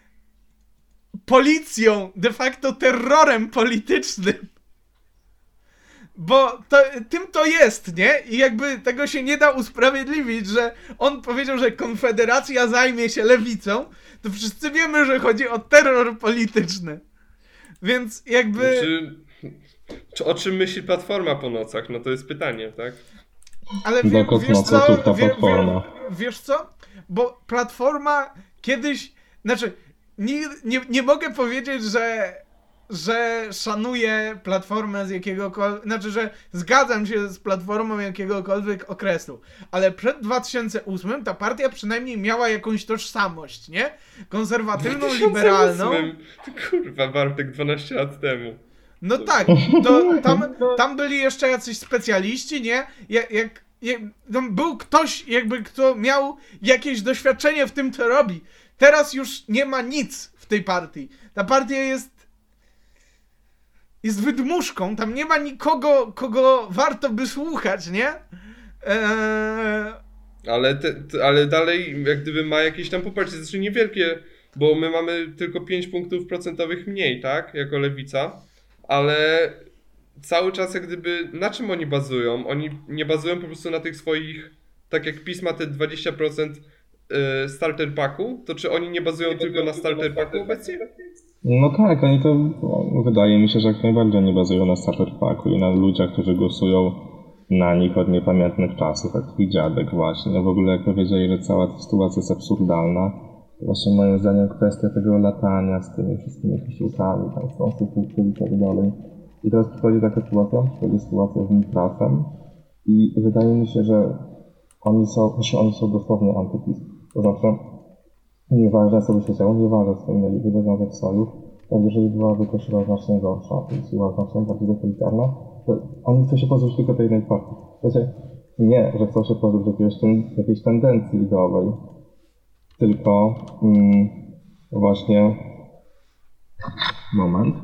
policją, de facto terrorem politycznym. Bo tym to jest, nie? I jakby tego się nie da usprawiedliwić, że on powiedział, że Konfederacja zajmie się lewicą, to wszyscy wiemy, że chodzi o terror polityczny. Więc jakby... O czym myśli Platforma po nocach? No to jest pytanie, tak? Ale wiesz co? Bo Platforma kiedyś... Znaczy, nie mogę powiedzieć, że szanuję Platformę z jakiegokolwiek... Znaczy, że zgadzam się z Platformą jakiegokolwiek okresu. Ale przed 2008 ta partia przynajmniej miała jakąś tożsamość, nie? Konserwatywną, liberalną. Kurwa, Bartek, 12 lat temu. No tak, tam byli jeszcze jacyś specjaliści, nie? Tam był ktoś, jakby kto miał jakieś doświadczenie w tym, co robi. Teraz już nie ma nic w tej partii. Ta partia jest wydmuszką, tam nie ma nikogo, kogo warto by słuchać, nie? Ale dalej jak gdyby ma jakieś tam poparcie, znaczy niewielkie, bo my mamy tylko 5 punktów procentowych mniej, tak? Jako lewica. Ale cały czas jak gdyby, na czym oni bazują? Oni nie bazują po prostu na tych swoich, tak jak PiS ma te 20% starter packu, to czy oni nie bazują tylko na starter packu obecnie? No tak, oni to, wydaje mi się, że jak najbardziej nie bazują na starter packu i na ludziach, którzy głosują na nich od niepamiętnych czasów, jak twój dziadek właśnie. W ogóle jak powiedzieli, że cała ta sytuacja jest absurdalna, właśnie moim zdaniem kwestia tego latania z tymi wszystkimi posiłkami, tam z konstytucją i tak dalej. I teraz przychodzi taka sytuacja z Nitrasem i wydaje mi się, że oni są dosłownie antypis. To znaczy, nieważne co by się działo, nieważne co mieli wywiązać sojusz, tak jeżeli byłaby to siła znacznie gorsza i siła znacznie bardziej totalitarna, to oni chcą się pozbyć tylko tej jednej partii. Wiecie, nie, że chcą się pozbyć jakiejś tendencji ideowej, tylko właśnie... Moment.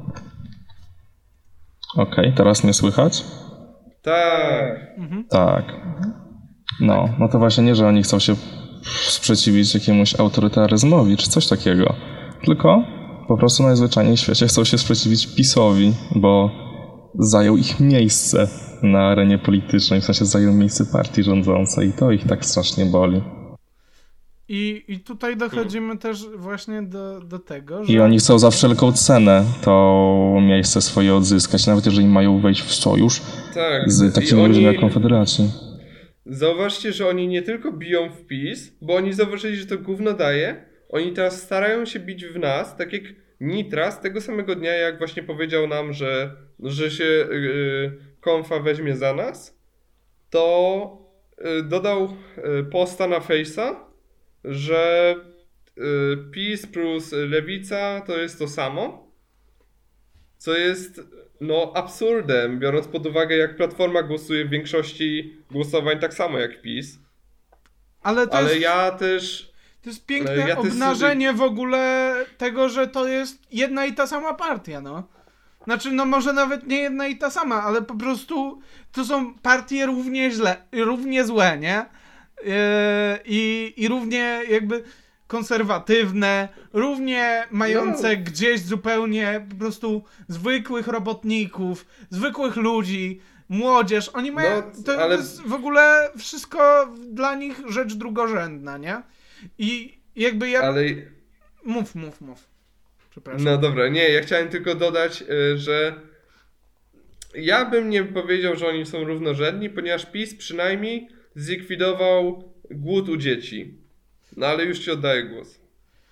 Okej, teraz mnie słychać? Tak. Tak. No to właśnie nie, że oni chcą się sprzeciwić jakiemuś autorytaryzmowi czy coś takiego, tylko po prostu najzwyczajniej w świecie chcą się sprzeciwić PiS-owi, bo zajął ich miejsce na arenie politycznej, w sensie zajął miejsce partii rządzącej i to ich tak strasznie boli. I tutaj dochodzimy też właśnie do tego, że... I oni chcą za wszelką cenę to miejsce swoje odzyskać, nawet jeżeli mają wejść w sojusz z takimi ludźmi jak Konfederacji. Zauważcie, że oni nie tylko biją w PiS, bo oni zauważyli, że to gówno daje. Oni teraz starają się bić w nas, tak jak Nitras tego samego dnia, jak właśnie powiedział nam, że się Konfa weźmie za nas, to dodał posta na Face'a, że PiS plus Lewica to jest to samo, co jest absurdem, biorąc pod uwagę, jak Platforma głosuje w większości głosowań tak samo jak PiS. Ale to jest piękne obnażenie w ogóle tego, że to jest jedna i ta sama partia, no. Znaczy, może nawet nie jedna i ta sama, ale po prostu to są partie równie złe, nie? I równie jakby konserwatywne, równie mające gdzieś zupełnie po prostu zwykłych robotników, zwykłych ludzi, młodzież. Oni mają, to jest w ogóle wszystko dla nich rzecz drugorzędna, nie? I jakby Mów. Przepraszam. No dobra, nie, ja chciałem tylko dodać, że ja bym nie powiedział, że oni są równorzędni, ponieważ PiS przynajmniej zlikwidował głód u dzieci. No ale już ci oddaję głos.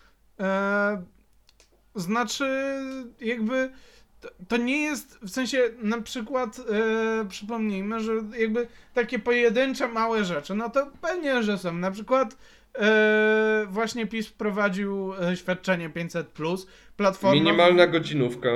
Znaczy, jakby to nie jest, w sensie na przykład przypomnijmy, że jakby takie pojedyncze małe rzeczy, no to pewnie, że są. Na przykład właśnie PiS wprowadził świadczenie 500+, Platforma... Minimalna godzinówka.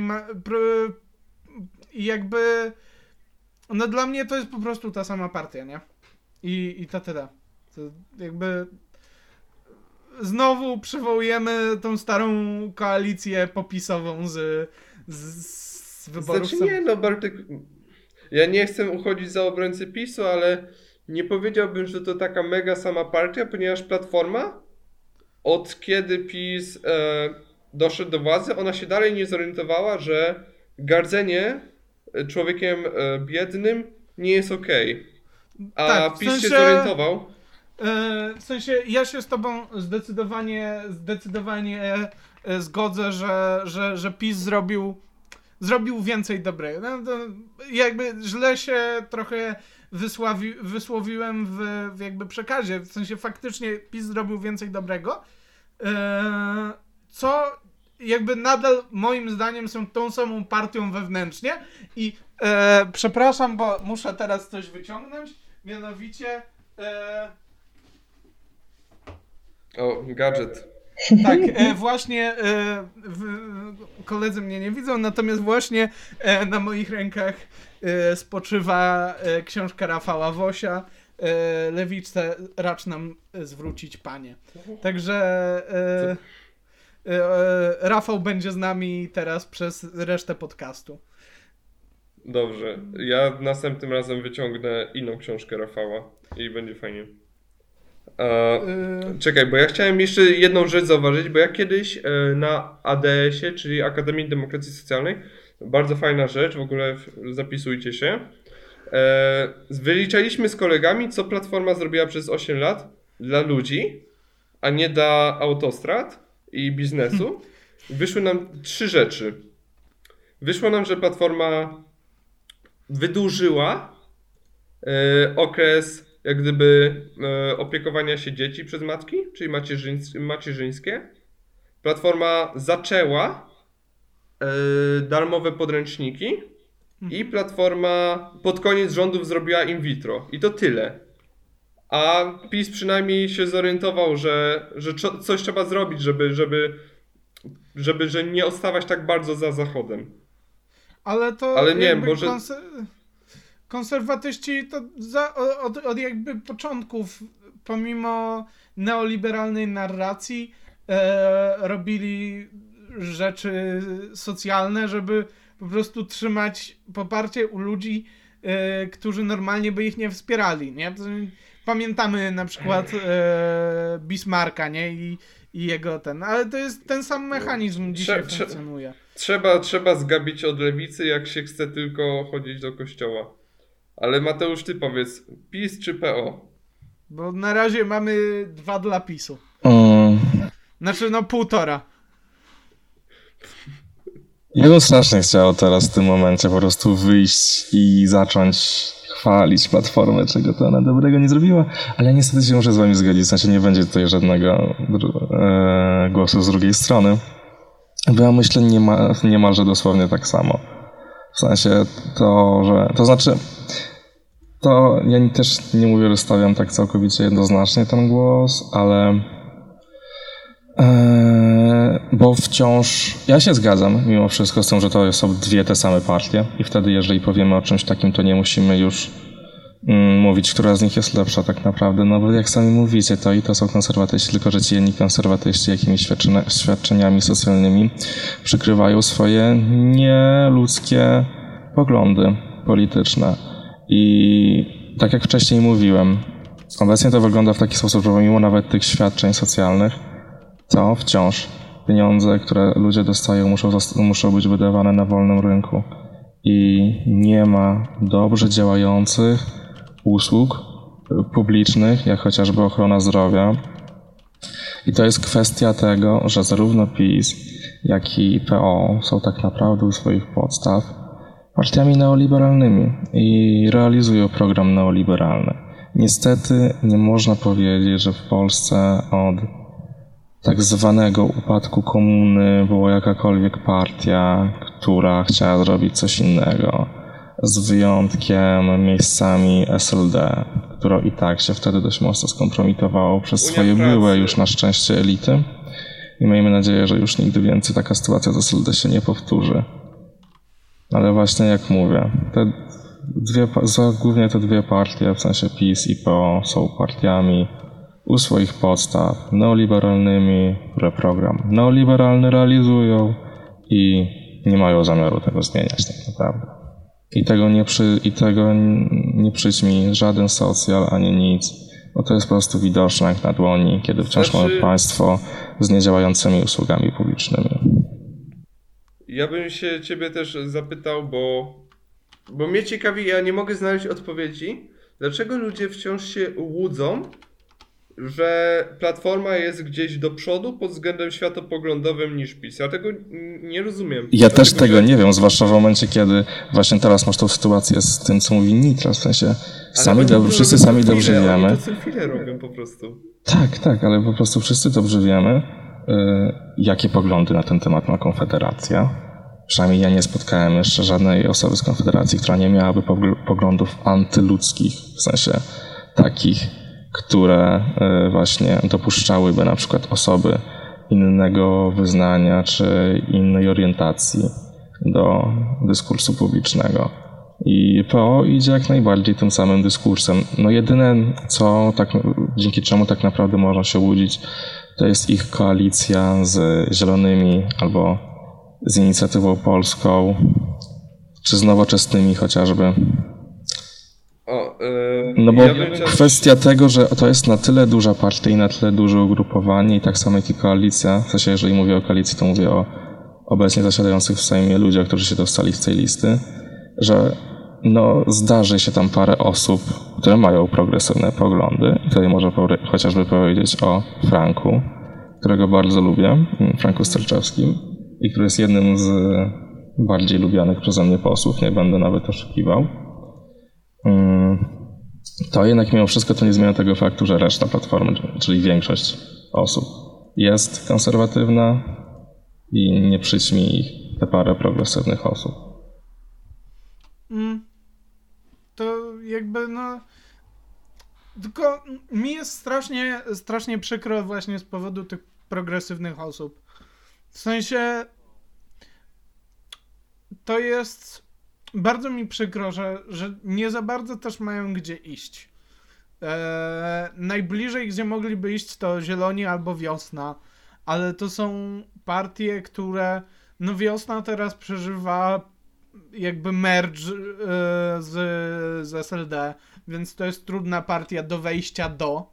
Jakby... No dla mnie to jest po prostu ta sama partia, nie? I to tyle. To jakby... Znowu przywołujemy tą starą koalicję popisową z wyborów. Znaczy nie, Bartek... Ja nie chcę uchodzić za obrońcę PiS-u, ale nie powiedziałbym, że to taka mega sama partia, ponieważ Platforma od kiedy PiS doszedł do władzy, ona się dalej nie zorientowała, że gardzenie człowiekiem biednym nie jest okej. A tak, PiS się zorientował. W sensie ja się z tobą zdecydowanie zgodzę, że PiS zrobił więcej dobrego. No, to jakby źle się trochę wysłowiłem w jakby przekazie, w sensie faktycznie PiS zrobił więcej dobrego, co jakby nadal moim zdaniem są tą samą partią wewnętrznie i przepraszam, bo muszę teraz coś wyciągnąć, mianowicie O, gadżet. tak, właśnie koledzy mnie nie widzą, natomiast właśnie na moich rękach spoczywa książka Rafała Wosia, Lewice racz nam zwrócić Panie. Także Rafał będzie z nami teraz przez resztę podcastu. Dobrze, ja następnym razem wyciągnę inną książkę Rafała i będzie fajnie. Czekaj, bo ja chciałem jeszcze jedną rzecz zauważyć, bo ja kiedyś na ADS-ie, czyli Akademii Demokracji Socjalnej, bardzo fajna rzecz, w ogóle zapisujcie się, wyliczaliśmy z kolegami, co Platforma zrobiła przez 8 lat dla ludzi, a nie dla autostrad i biznesu. Wyszły nam 3 rzeczy. Wyszło nam, że Platforma wydłużyła okres jak gdyby opiekowania się dzieci przez matki, czyli macierzyńskie. Platforma zaczęła darmowe podręczniki i Platforma pod koniec rządów zrobiła in vitro. I to tyle. A PiS przynajmniej się zorientował, że coś trzeba zrobić, żeby nie odstawać tak bardzo za Zachodem. Ale nie wiem, może... Konserwatyści to od jakby początków, pomimo neoliberalnej narracji, robili rzeczy socjalne, żeby po prostu trzymać poparcie u ludzi, którzy normalnie by ich nie wspierali, nie? Pamiętamy na przykład Bismarcka, nie? I jego ale to jest ten sam mechanizm dzisiaj funkcjonuje. Trzeba zgabić od lewicy, jak się chce tylko chodzić do kościoła. Ale Mateusz, ty powiedz, PiS czy PO? Bo na razie mamy 2 dla PiS-u. Znaczy, 1,5. Ja bym strasznie chciał teraz w tym momencie po prostu wyjść i zacząć chwalić Platformę, czego to ona dobrego nie zrobiła, ale niestety się muszę z wami zgodzić, w sensie nie będzie tutaj żadnego głosu z drugiej strony, bo ja myślę niemalże dosłownie tak samo. W sensie to ja też nie mówię, że stawiam tak całkowicie jednoznacznie ten głos, ale bo wciąż ja się zgadzam mimo wszystko z tym, że to są 2 te same partie i wtedy jeżeli powiemy o czymś takim, to nie musimy już mówić, która z nich jest lepsza tak naprawdę, no bo jak sami mówicie, to są konserwatyści, tylko że ci jedni konserwatyści jakimiś świadczeniami socjalnymi przykrywają swoje nieludzkie poglądy polityczne. I tak jak wcześniej mówiłem, obecnie to wygląda w taki sposób, że pomimo nawet tych świadczeń socjalnych, to wciąż pieniądze, które ludzie dostają, muszą być wydawane na wolnym rynku. I nie ma dobrze działających usług publicznych, jak chociażby ochrona zdrowia. I to jest kwestia tego, że zarówno PiS, jak i PO są tak naprawdę u swoich podstaw partiami neoliberalnymi i realizują program neoliberalny. Niestety nie można powiedzieć, że w Polsce od tak zwanego upadku komuny była jakakolwiek partia, która chciała zrobić coś innego. Z wyjątkiem miejscami SLD, które i tak się wtedy dość mocno skompromitowało przez swoje byłe już na szczęście elity. I miejmy nadzieję, że już nigdy więcej taka sytuacja z SLD się nie powtórzy. Ale właśnie jak mówię, głównie te 2 partie, w sensie PiS i PO, są partiami u swoich podstaw neoliberalnymi, które program neoliberalny realizują i nie mają zamiaru tego zmieniać tak naprawdę. I tego nie przyćmi żaden socjal ani nic, bo to jest po prostu widoczne jak na dłoni, kiedy wciąż mamy państwo z niedziałającymi usługami publicznymi. Ja bym się ciebie też zapytał, bo mnie ciekawi, ja nie mogę znaleźć odpowiedzi, dlaczego ludzie wciąż się łudzą, że Platforma jest gdzieś do przodu pod względem światopoglądowym niż PiS. Ja tego nie rozumiem. Ja też tego nie wiem, zwłaszcza w momencie, kiedy właśnie teraz masz tą sytuację z tym, co mówi Nitras, w sensie wszyscy sami dobrze wiemy. Oni to co chwilę robią po prostu. Tak, ale po prostu wszyscy dobrze wiemy, jakie poglądy na ten temat ma Konfederacja. Przynajmniej ja nie spotkałem jeszcze żadnej osoby z Konfederacji, która nie miałaby poglądów antyludzkich, w sensie takich, które właśnie dopuszczałyby na przykład osoby innego wyznania czy innej orientacji do dyskursu publicznego. I PO idzie jak najbardziej tym samym dyskursem. No jedyne, dzięki czemu tak naprawdę można się łudzić, to jest ich koalicja z Zielonymi albo z Inicjatywą Polską, czy z Nowoczesnymi chociażby. No bo kwestia tego, że to jest na tyle duża partia i na tyle duże ugrupowanie i tak samo jak i koalicja, w sensie jeżeli mówię o koalicji, to mówię o obecnie zasiadających w Sejmie ludziach, którzy się dostali z tej listy, że zdarzy się tam parę osób, które mają progresywne poglądy. I tutaj można chociażby powiedzieć o Franku, którego bardzo lubię, Franku Sterczewskim, i który jest jednym z bardziej lubianych przeze mnie posłów, nie będę nawet oszukiwał. to jednak mimo wszystko to nie zmienia tego faktu, że reszta platformy, czyli większość osób jest konserwatywna i nie przyćmi ich te parę progresywnych osób. To jakby tylko mi jest strasznie przykro właśnie z powodu tych progresywnych osób. W sensie to jest bardzo mi przykro, że nie za bardzo też mają gdzie iść. Najbliżej, gdzie mogliby iść, to Zieloni albo Wiosna, ale to są partie, które Wiosna teraz przeżywa jakby merge z SLD, więc to jest trudna partia do wejścia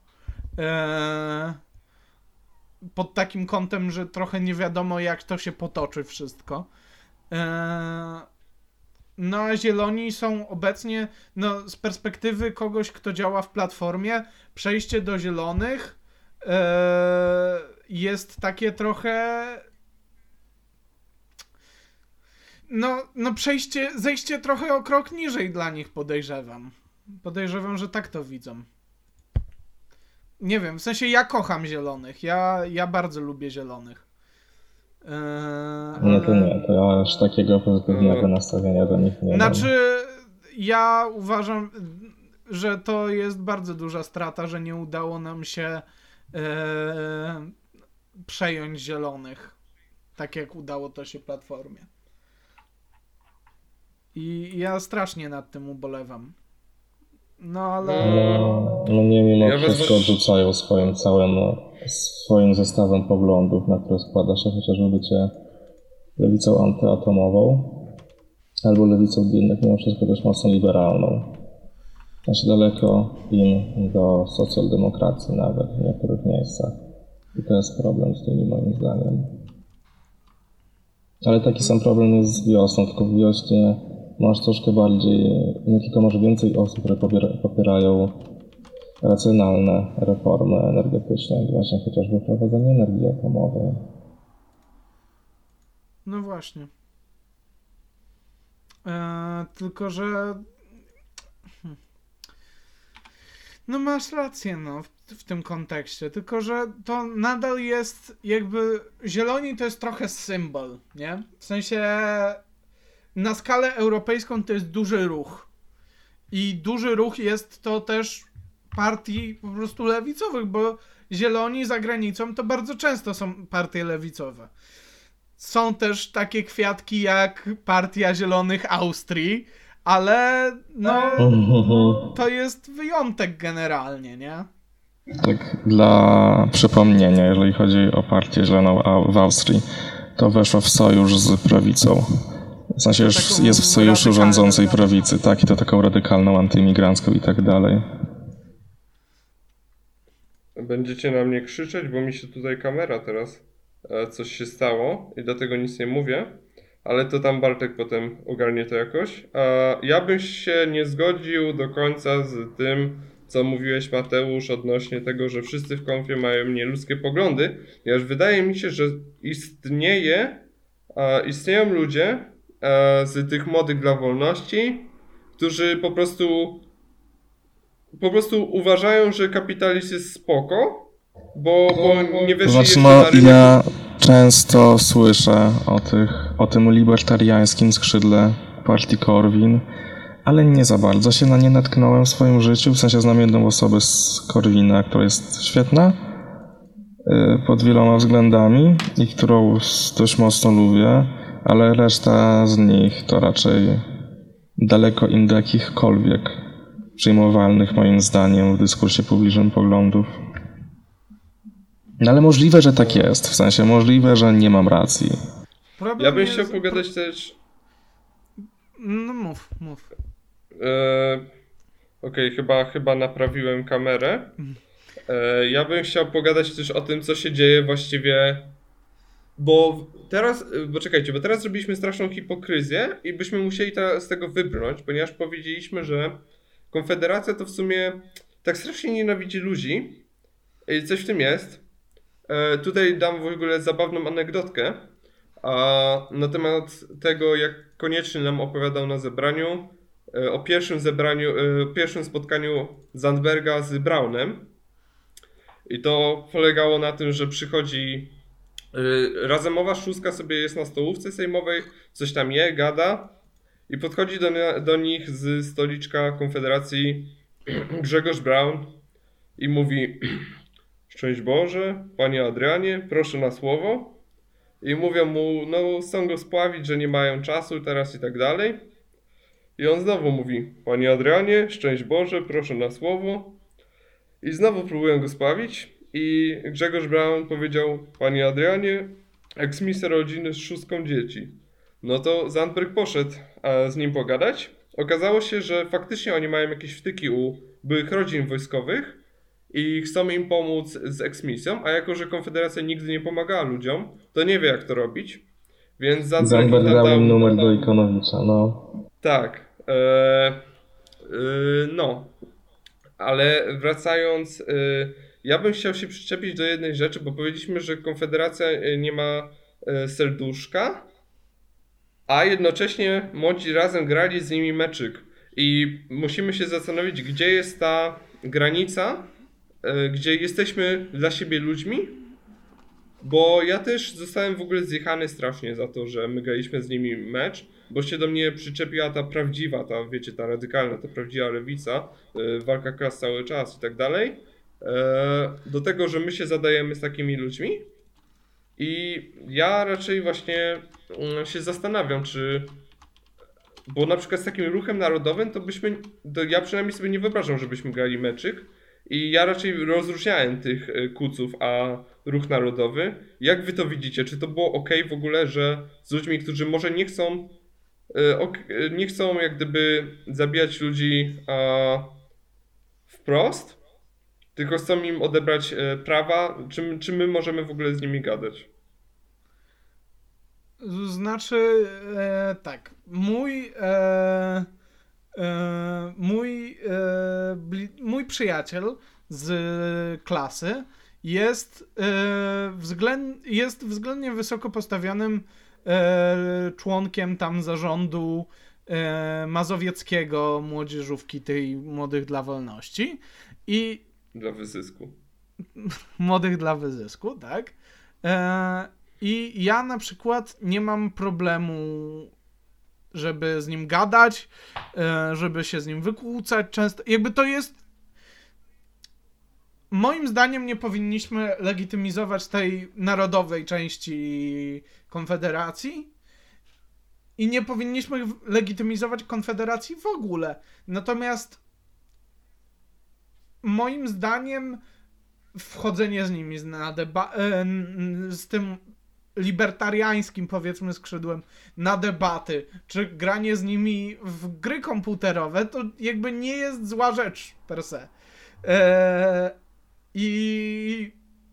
pod takim kątem, że trochę nie wiadomo, jak to się potoczy wszystko. No a Zieloni są obecnie, z perspektywy kogoś, kto działa w Platformie, przejście do Zielonych jest takie trochę zejście trochę o krok niżej dla nich, podejrzewam. Podejrzewam, że tak to widzą. Nie wiem, w sensie ja kocham Zielonych. Ja bardzo lubię Zielonych. Nie, to ja aż takiego pozytywnego nastawienia do nich nie mam. Ja uważam, że to jest bardzo duża strata, że nie udało nam się przejąć Zielonych. Tak jak udało to się Platformie. I ja strasznie nad tym ubolewam. Ale... Nie mimo wszystko odrzucają swoim zestawem poglądów, na które składa się chociażby bycie lewicą antyatomową, albo lewicą jednak mimo wszystko dość mocno liberalną. Znaczy daleko im do socjaldemokracji nawet w niektórych miejscach. I to jest problem z nimi moim zdaniem. Ale taki sam problem jest z Wiosną, tylko w Wiośnie masz troszkę bardziej, nie tylko może więcej osób, które popierają racjonalne reformy energetyczne, jak właśnie chociażby wprowadzenie energii atomowej. No właśnie. Tylko, że masz rację, w tym kontekście, tylko, że to nadal jest jakby, Zieloni to jest trochę symbol, nie? W sensie na skalę europejską to jest duży ruch. I duży ruch jest to też partii po prostu lewicowych, bo Zieloni za granicą to bardzo często są partie lewicowe. Są też takie kwiatki jak Partia Zielonych Austrii, ale to jest wyjątek generalnie, nie? Tak dla przypomnienia, jeżeli chodzi o Partię Zieloną w Austrii, to weszła w sojusz z prawicą. W sensie już jest w sojuszu rządzącej prawicy, tak, i to taką radykalną, antyimigrancką i tak dalej. Będziecie na mnie krzyczeć, bo mi się tutaj kamera teraz coś się stało i dlatego nic nie mówię, ale to tam Bartek potem ogarnie to jakoś. Ja bym się nie zgodził do końca z tym, co mówiłeś, Mateusz, odnośnie tego, że wszyscy w konfie mają nieludzkie poglądy. Już wydaje mi się, że istnieją ludzie z tych młodych dla wolności, którzy po prostu uważają, że kapitalizm jest spoko, bo nie weszli jeszcze na rynek. Ja często słyszę o tym libertariańskim skrzydle partii Korwin, ale nie za bardzo się na nie natknąłem w swoim życiu. W sensie znam jedną osobę z Korwina, która jest świetna pod wieloma względami i którą dość mocno lubię, ale reszta z nich to raczej daleko im do jakichkolwiek przyjmowalnych moim zdaniem w dyskursie publicznym poglądów. No ale możliwe, że tak jest. W sensie możliwe, że nie mam racji. Ja bym chciał pogadać też... No mów. Okej, chyba naprawiłem kamerę. Ja bym chciał pogadać też o tym, co się dzieje właściwie... Bo teraz zrobiliśmy straszną hipokryzję i byśmy musieli z tego wybrnąć, ponieważ powiedzieliśmy, że Konfederacja to w sumie tak strasznie nienawidzi ludzi i coś w tym jest. Tutaj dam w ogóle zabawną anegdotkę na temat tego, jak Konieczny nam opowiadał na zebraniu, o pierwszym spotkaniu Zandberga z Brownem. I to polegało na tym, że przychodzi Razemowa Szóstka sobie jest na stołówce sejmowej, coś tam je, gada i podchodzi do nich z stoliczka Konfederacji Grzegorz Braun i mówi: szczęść Boże, panie Adrianie, proszę na słowo. I mówią mu, no chcą go spławić, że nie mają czasu teraz i tak dalej. I on znowu mówi: panie Adrianie, szczęść Boże, proszę na słowo. I znowu próbują go spławić. I Grzegorz Braun powiedział: panie Adrianie, eksmisja rodziny z 6 dzieci. No to Zandberg poszedł z nim pogadać. Okazało się, że faktycznie oni mają jakieś wtyki u byłych rodzin wojskowych i chcą im pomóc z eksmisją, a jako że Konfederacja nigdy nie pomagała ludziom, to nie wie jak to robić. Więc Zandberg dał im numer do Ikonowicza, no. Tak. No. Ale wracając, ja bym chciał się przyczepić do jednej rzeczy, bo powiedzieliśmy, że Konfederacja nie ma serduszka, a jednocześnie młodzi razem grali z nimi meczyk. I musimy się zastanowić, gdzie jest ta granica, gdzie jesteśmy dla siebie ludźmi, bo ja też zostałem w ogóle zjechany strasznie za to, że my graliśmy z nimi mecz, bo się do mnie przyczepiła ta prawdziwa, ta wiecie, ta radykalna, ta prawdziwa lewica, walka klas cały czas i tak dalej, do tego, że my się zadajemy z takimi ludźmi i ja raczej właśnie się zastanawiam, bo na przykład z takim ruchem narodowym ja przynajmniej sobie nie wyobrażam, żebyśmy grali meczyk i ja raczej rozróżniałem tych kuców, a ruch narodowy. Jak wy to widzicie? Czy to było ok w ogóle, że z ludźmi, którzy może nie chcą jak gdyby zabijać ludzi wprost, tylko chcą im odebrać prawa, czy my możemy w ogóle z nimi gadać? Znaczy, tak, mój przyjaciel z klasy jest względnie wysoko postawionym członkiem tam zarządu mazowieckiego młodzieżówki tej Młodych dla Wolności i Dla wyzysku. Młodych dla Wyzysku, tak. I ja na przykład nie mam problemu, żeby z nim gadać, żeby się z nim wykłócać często. Jakby to jest... Moim zdaniem nie powinniśmy legitymizować tej narodowej części Konfederacji i nie powinniśmy legitymizować Konfederacji w ogóle. Natomiast moim zdaniem wchodzenie z nimi z tym libertariańskim, powiedzmy, skrzydłem na debaty, czy granie z nimi w gry komputerowe, to jakby nie jest zła rzecz per se. I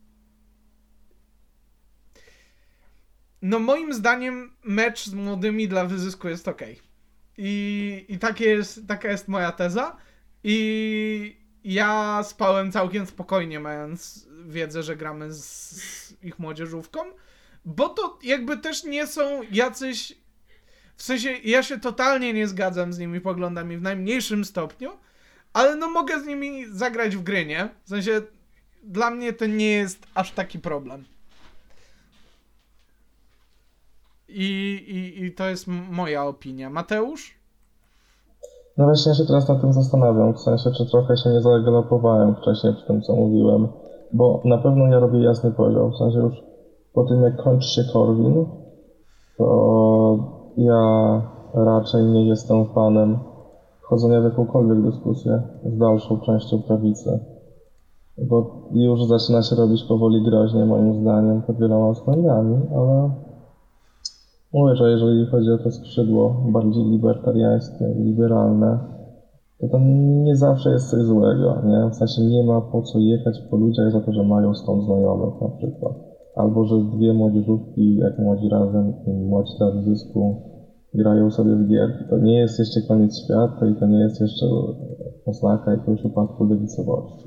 no moim zdaniem mecz z młodymi dla wyzysku jest okej. I taka jest moja teza. I ja spałem całkiem spokojnie, mając wiedzę, że gramy z ich młodzieżówką, bo to jakby też nie są jacyś... W sensie, ja się totalnie nie zgadzam z nimi poglądami w najmniejszym stopniu, ale no mogę z nimi zagrać w gry, nie? W sensie, dla mnie to nie jest aż taki problem. I to jest moja opinia. Mateusz? No właśnie, ja się teraz nad tym zastanawiam, w sensie, czy trochę się nie zagalopowałem wcześniej przy tym, co mówiłem, bo na pewno ja robię jasny podział, w sensie już po tym, jak kończy się Korwin, to ja raczej nie jestem fanem wchodzenia w jakąkolwiek dyskusję z dalszą częścią prawicy, bo już zaczyna się robić powoli groźnie, moim zdaniem, pod wieloma względami, ale mówię, że jeżeli chodzi o to skrzydło bardziej libertariańskie i liberalne, to tam nie zawsze jest coś złego, nie? W sensie nie ma po co jechać po ludziach za to, że mają stąd znajomych na przykład. Albo że dwie młodzieżówki, jak młodzi razem i młodzi dla wyzysku, grają sobie w gierki. To nie jest jeszcze koniec świata i to nie jest jeszcze oznaka jakiegoś upadku lewicowości.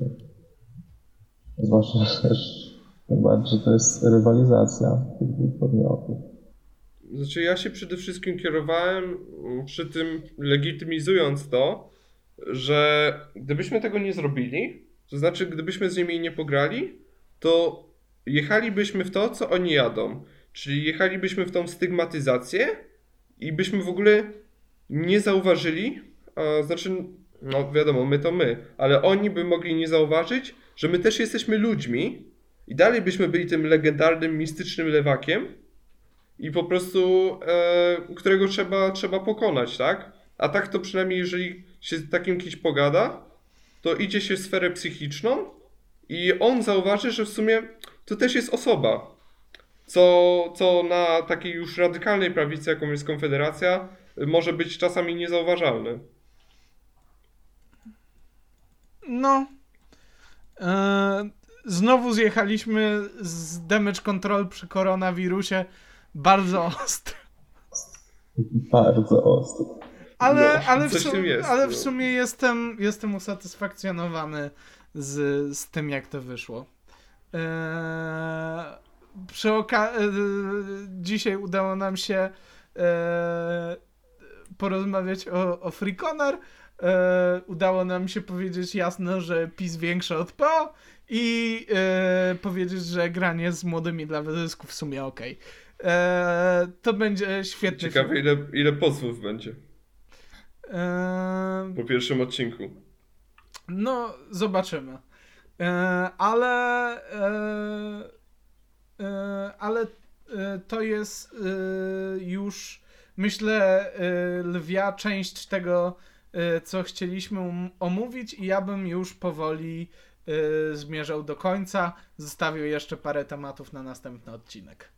Zwłaszcza też tym bardziej, że to jest rywalizacja tych dwóch podmiotów. Znaczy ja się przede wszystkim kierowałem przy tym legitymizując to, że gdybyśmy tego nie zrobili, to znaczy gdybyśmy z nimi nie pograli, to jechalibyśmy w to, co oni jadą. Czyli jechalibyśmy w tą stygmatyzację i byśmy w ogóle nie zauważyli, znaczy, no wiadomo, my to my, ale oni by mogli nie zauważyć, że my też jesteśmy ludźmi i dalej byśmy byli tym legendarnym, mistycznym lewakiem i po prostu, którego trzeba pokonać, tak? A tak to przynajmniej jeżeli się z takim kimś pogada, to idzie się w sferę psychiczną i on zauważy, że w sumie to też jest osoba. Co na takiej już radykalnej prawicy, jaką jest Konfederacja, może być czasami niezauważalne. No. Znowu zjechaliśmy z damage control przy koronawirusie bardzo ostro. Bardzo ostro. Ale w sumie jestem usatysfakcjonowany z tym, jak to wyszło. Dzisiaj udało nam się porozmawiać o Free Connor. Udało nam się powiedzieć jasno, że PiS większe od PO i powiedzieć, że granie z młodymi dla wyzysku w sumie okej. To będzie świetny Ciekawe, ile pozwów będzie po pierwszym odcinku. No, zobaczymy. Ale to jest już, myślę, lwia część tego, co chcieliśmy omówić i ja bym już powoli zmierzał do końca. Zostawił jeszcze parę tematów na następny odcinek.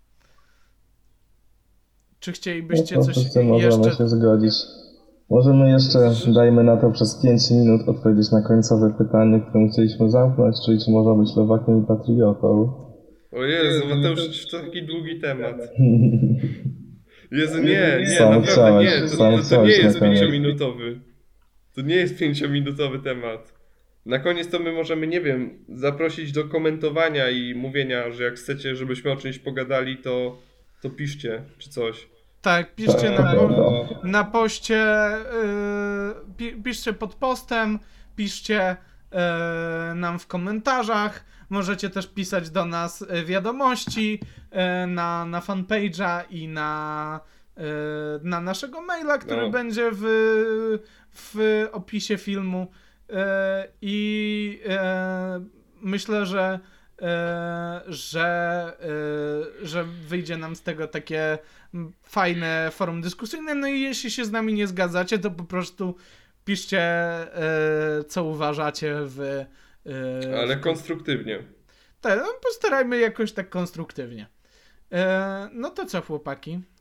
Czy chcielibyście coś Możemy jeszcze... się zgodzić. Możemy jeszcze, dajmy na to przez 5 minut odpowiedzieć na końcowe pytanie, które chcieliśmy zamknąć, czyli czy można być lewakiem i patriotą. O Jezu, Mateusz, to taki długi temat. Jezu, nie, Sam naprawdę chciałeś, nie, to nie jest 5-minutowy. To nie jest 5-minutowy temat. Na koniec to my możemy, nie wiem, zaprosić do komentowania i mówienia, że jak chcecie, żebyśmy o czymś pogadali, to piszcie, czy coś. Tak, piszcie na poście, piszcie pod postem, piszcie nam w komentarzach, możecie też pisać do nas wiadomości na fanpage'a i na naszego maila, który będzie w opisie filmu i myślę, że wyjdzie nam z tego takie fajne forum dyskusyjne, no i jeśli się z nami nie zgadzacie, to po prostu piszcie, co uważacie Ale konstruktywnie. Tak, no postarajmy jakoś tak konstruktywnie. No to co, chłopaki?